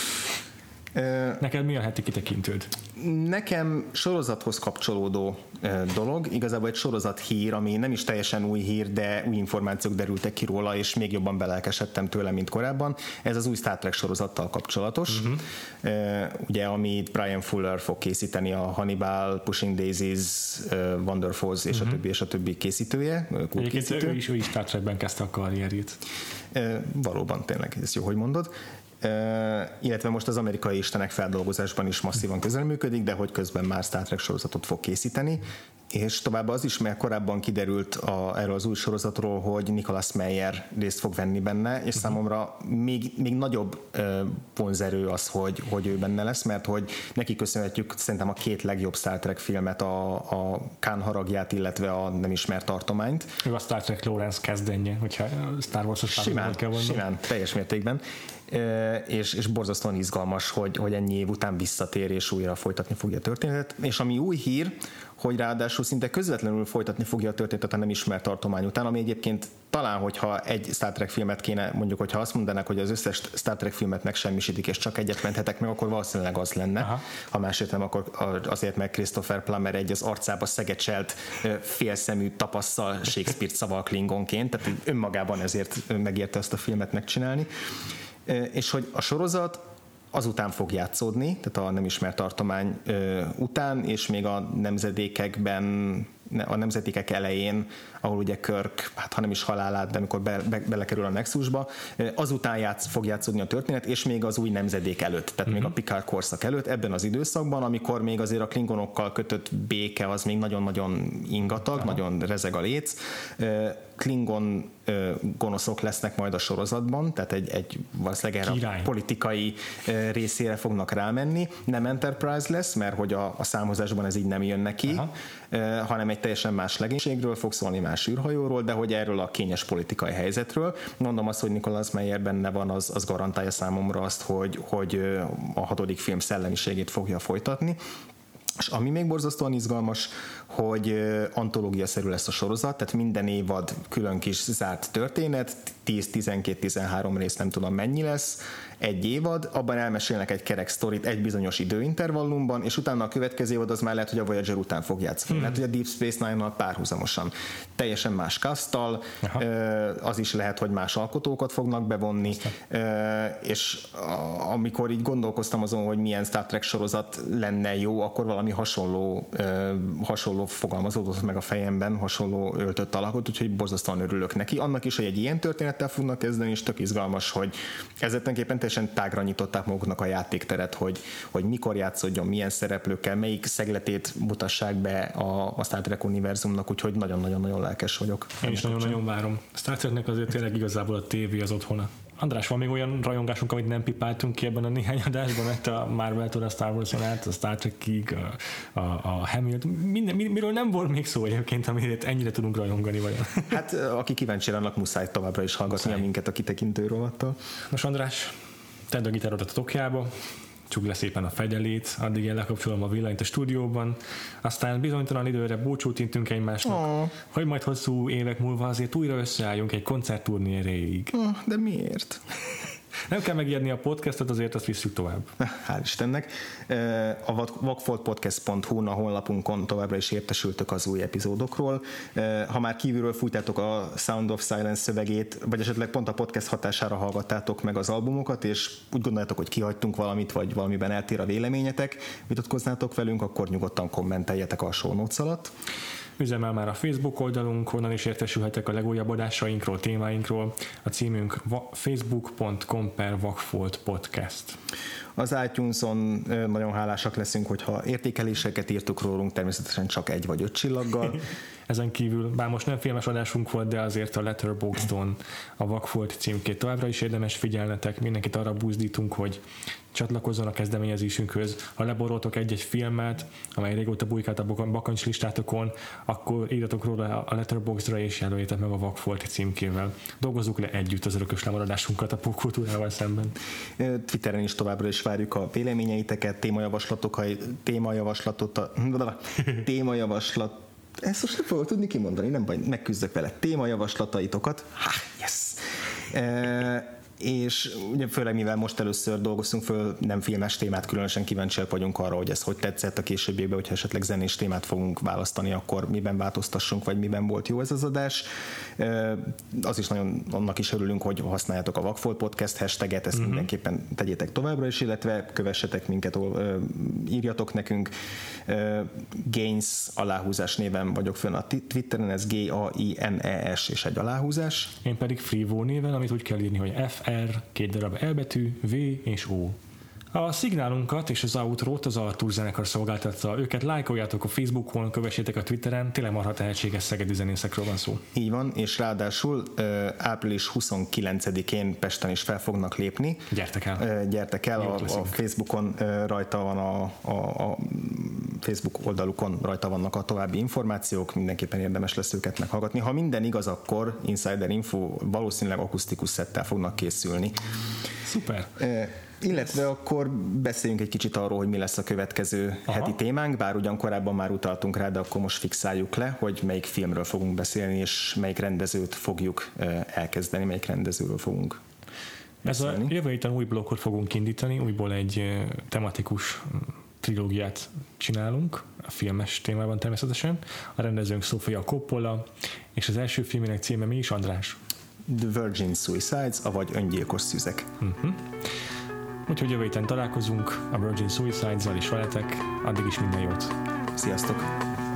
Neked mi a heti kitekintőd? Nekem sorozathoz kapcsolódó dolog, igazából egy sorozat hír, ami nem is teljesen új hír, de új információk derültek ki róla, és még jobban belelkesedtem tőle, mint korábban. Ez az új Star Trek sorozattal kapcsolatos, uh-huh. ugye, amit Brian Fuller fog készíteni, a Hannibal, Pushing Daisies, Wonder Falls és uh-huh. a többi és a többi készítője. Egyébként ő is, ő is Star Trekben kezdte a karrierjét. Valóban, tényleg, ez jó, hogy mondod. Uh, illetve most az Amerikai Istenek feldolgozásban is masszívan közreműködik, de hogy közben már Star Trek sorozatot fog készíteni. és továbbá az is, mert korábban kiderült a, erről az új sorozatról, hogy Nicholas Meyer részt fog venni benne, és uh-huh. számomra még, még nagyobb uh, vonzerő az, hogy, hogy ő benne lesz, mert hogy neki köszönhetjük szerintem a két legjobb Star Trek filmet, a, a Khan haragját, illetve a Nem ismert tartományt. Ő a Star Trek Lawrence kezdenje, hogyha Star Wars-os simán, kell mondani. Simán, teljes mértékben. E, és, és borzasztóan izgalmas, hogy, hogy ennyi év után visszatér és újra folytatni fogja a történetet. És ami új hír, hogy ráadásul szinte közvetlenül folytatni fogja a történetet a Nem ismert tartomány után, ami egyébként talán, hogyha egy Star Trek filmet kéne, mondjuk, hogyha azt mondanák, hogy az összes Star Trek filmet megsemmisítik, és csak egyet menthetek meg, akkor valószínűleg az lenne. Aha. Ha másért nem, akkor azért meg Christopher Plummer egy az arcába szegecselt, félszemű tapasszal Shakespeare-t szaval klingonként, tehát önmagában ezért megérte ezt a filmet megcsinálni. És hogy a sorozat azután fog játszódni, tehát a Nem ismert tartomány ö, után, és még a nemzedékekben, a nemzedékek elején, ahol ugye Kirk, hát ha nem is halálát, de amikor be, be, belekerül a Nexusba, azután játsz, fog játszódni a történet, és még az új nemzedék előtt, tehát mm-hmm. még a Picard korszak előtt, ebben az időszakban, amikor még azért a klingonokkal kötött béke az még nagyon-nagyon ingatag, aha. nagyon rezeg a léc. Klingon gonoszok lesznek majd a sorozatban, tehát egy, egy valószínűleg erre a politikai részére fognak rámenni. Nem Enterprise lesz, mert hogy a, a számozásban ez így nem jön neki, aha. hanem egy teljesen más legénységről fog szólni, más űrhajóról, de hogy erről a kényes politikai helyzetről. Mondom azt, hogy Nicholas Meyer benne van, az, az garantálja számomra azt, hogy, hogy a hatodik film szellemiségét fogja folytatni. És ami még borzasztóan izgalmas, hogy antológiaszerű lesz a sorozat, tehát minden évad külön kis zárt történet, tíz, tizenkét, tizenhárom rész, nem tudom mennyi lesz, egy évad, abban elmesélnek egy kerek sztorit egy bizonyos időintervallumban, és utána a következő évad az már lehet, hogy a Voyager után fog játszani. Hmm. Lehet, hogy a Deep Space Nine-nal párhuzamosan. Teljesen más cast-tal, az is lehet, hogy más alkotókat fognak bevonni, és amikor így gondolkoztam azon, hogy milyen Star Trek sorozat lenne jó, akkor valami hasonló, hasonló fogalmazódott meg a fejemben, hasonló öltött alakot, úgyhogy borzasztóan örülök neki. Annak is, hogy egy ilyen történettel fognak kezdeni, és tök izgalmas, hogy ezzel tulajdonképpen teljesen tágra nyitották maguknak a játékteret, hogy, hogy mikor játszódjon, milyen szereplőkkel, melyik szegletét mutassák be a, a Star Trek univerzumnak, úgyhogy nagyon-nagyon-nagyon lelkes vagyok. Én is nagyon-nagyon várom. Star Treknek azért tényleg igazából a tévé az otthona. András, van még olyan rajongásunk, amit nem pipáltunk ki ebben a néhány adásban, mert a Marvel-től a Star Wars-on át, a Star Trek-ig, a, a, a Hamilton, minden, miről nem volt még szó egyébként, amit ennyire tudunk rajongani vajon? Hát aki kíváncsi annak, muszáj továbbra is hallgatni a minket a kitekintő rovattal. Most András, tedd a gitárodat a tokjába, csukd le szépen a fegyelét, addig én lekapcsolom a villanyt a stúdióban, aztán bizonytalan időre búcsút intünk egymásnak, oh. hogy majd hosszú évek múlva azért újra összeálljunk egy koncertturné erejéig. Oh, de miért? Nem kell megijedni a podcastot, azért azt visszük tovább. Hál' Istennek. A vakfolt podcast pont hu a honlapunkon továbbra is értesültök az új epizódokról. Ha már kívülről fújtátok a Sound of Silence szövegét, vagy esetleg pont a podcast hatására hallgattátok meg az albumokat, és úgy gondoljátok, hogy kihagytunk valamit, vagy valamiben eltér a véleményetek, vitatkoznátok velünk, akkor nyugodtan kommenteljetek a show notes alatt. Üzemel már a Facebook oldalunk, onnan is értesülhetek a legújabb adásainkról, témáinkról. A címünk facebook pont com per vakfolt podcast. Az iTunes-on nagyon hálásak leszünk, hogyha értékeléseket írtuk rólunk, természetesen csak egy vagy öt csillaggal. Ezen kívül, bár most nem filmes adásunk volt, de azért a Letterboxdon a Vakfolt címkét továbbra is érdemes figyelnetek. Mindenkit arra buzdítunk, hogy csatlakozzon a kezdeményezésünkhöz. Ha leboroltok egy-egy filmet, amely régóta bujkált a bakancs listátokon, akkor írjatok róla a Letterboxdra és jelöljétek meg a Vakfolt címkével. Dolgozzuk le együtt az örökös lemaradásunkat a popkultúrával szemben. Twitteren is továbbra is várjuk a véleményeiteket, témajavaslatokat, témajavaslatot, témajavaslat ezt most nem fogok tudni kimondani, nem baj, megküzdök vele. Témajavaslataitokat, ha, yes! E- és ugye főleg mivel most először dolgoztunk föl nem filmes témát, különösen kíváncsiak vagyunk arra, hogy ez hogy tetszett a későbbiekben, hogyha esetleg zenés témát fogunk választani, akkor miben változtassunk, vagy miben volt jó ez az adás. Az is nagyon annak is örülünk, hogy használjátok a Vakfolt Podcast hashtaget, ezt uh-huh. mindenképpen tegyétek továbbra is, illetve kövessetek minket, írjatok nekünk. Gains aláhúzás néven vagyok fönn a Twitteren, ez G A I N E S és egy aláhúzás. Én pedig Frivo néven, amit úgy kell írni, hogy F R, két darab elbetű, V és O. A szignálunkat és az outrót az Artúr zenekar szolgáltatta. Őket lájkoljátok a Facebookon, kövessétek a Twitteren, tényleg marha tehetséges szegedi zenészekről van szó. Így van, és ráadásul ö, április huszonkilencedikén Pesten is fel fognak lépni. Gyertek el. Ö, gyertek el, a, a Facebookon ö, rajta van a, a, a Facebook oldalukon rajta vannak a további információk, mindenképpen érdemes lesz őket meghallgatni. Ha minden igaz, akkor Insider Info valószínűleg akusztikus szettel fognak készülni. Szuper. Ö, Illetve akkor beszéljünk egy kicsit arról, hogy mi lesz a következő Aha. heti témánk, bár ugyan korábban már utaltunk rá, de akkor most fixáljuk le, hogy melyik filmről fogunk beszélni, és melyik rendezőt fogjuk elkezdeni, melyik rendezőről fogunk beszélni. Ez a jövő héten új blokkot fogunk indítani, újból egy tematikus trilógiát csinálunk, a filmes témában természetesen. A rendezőnk Sofia Coppola, és az első filmének címe mi is, András? The Virgin Suicides, avagy Öngyilkos szüzek. Uh-huh. Úgyhogy jövő héten találkozunk a Virgin Suicides-zal is veletek. Addig is minden jót. Sziasztok!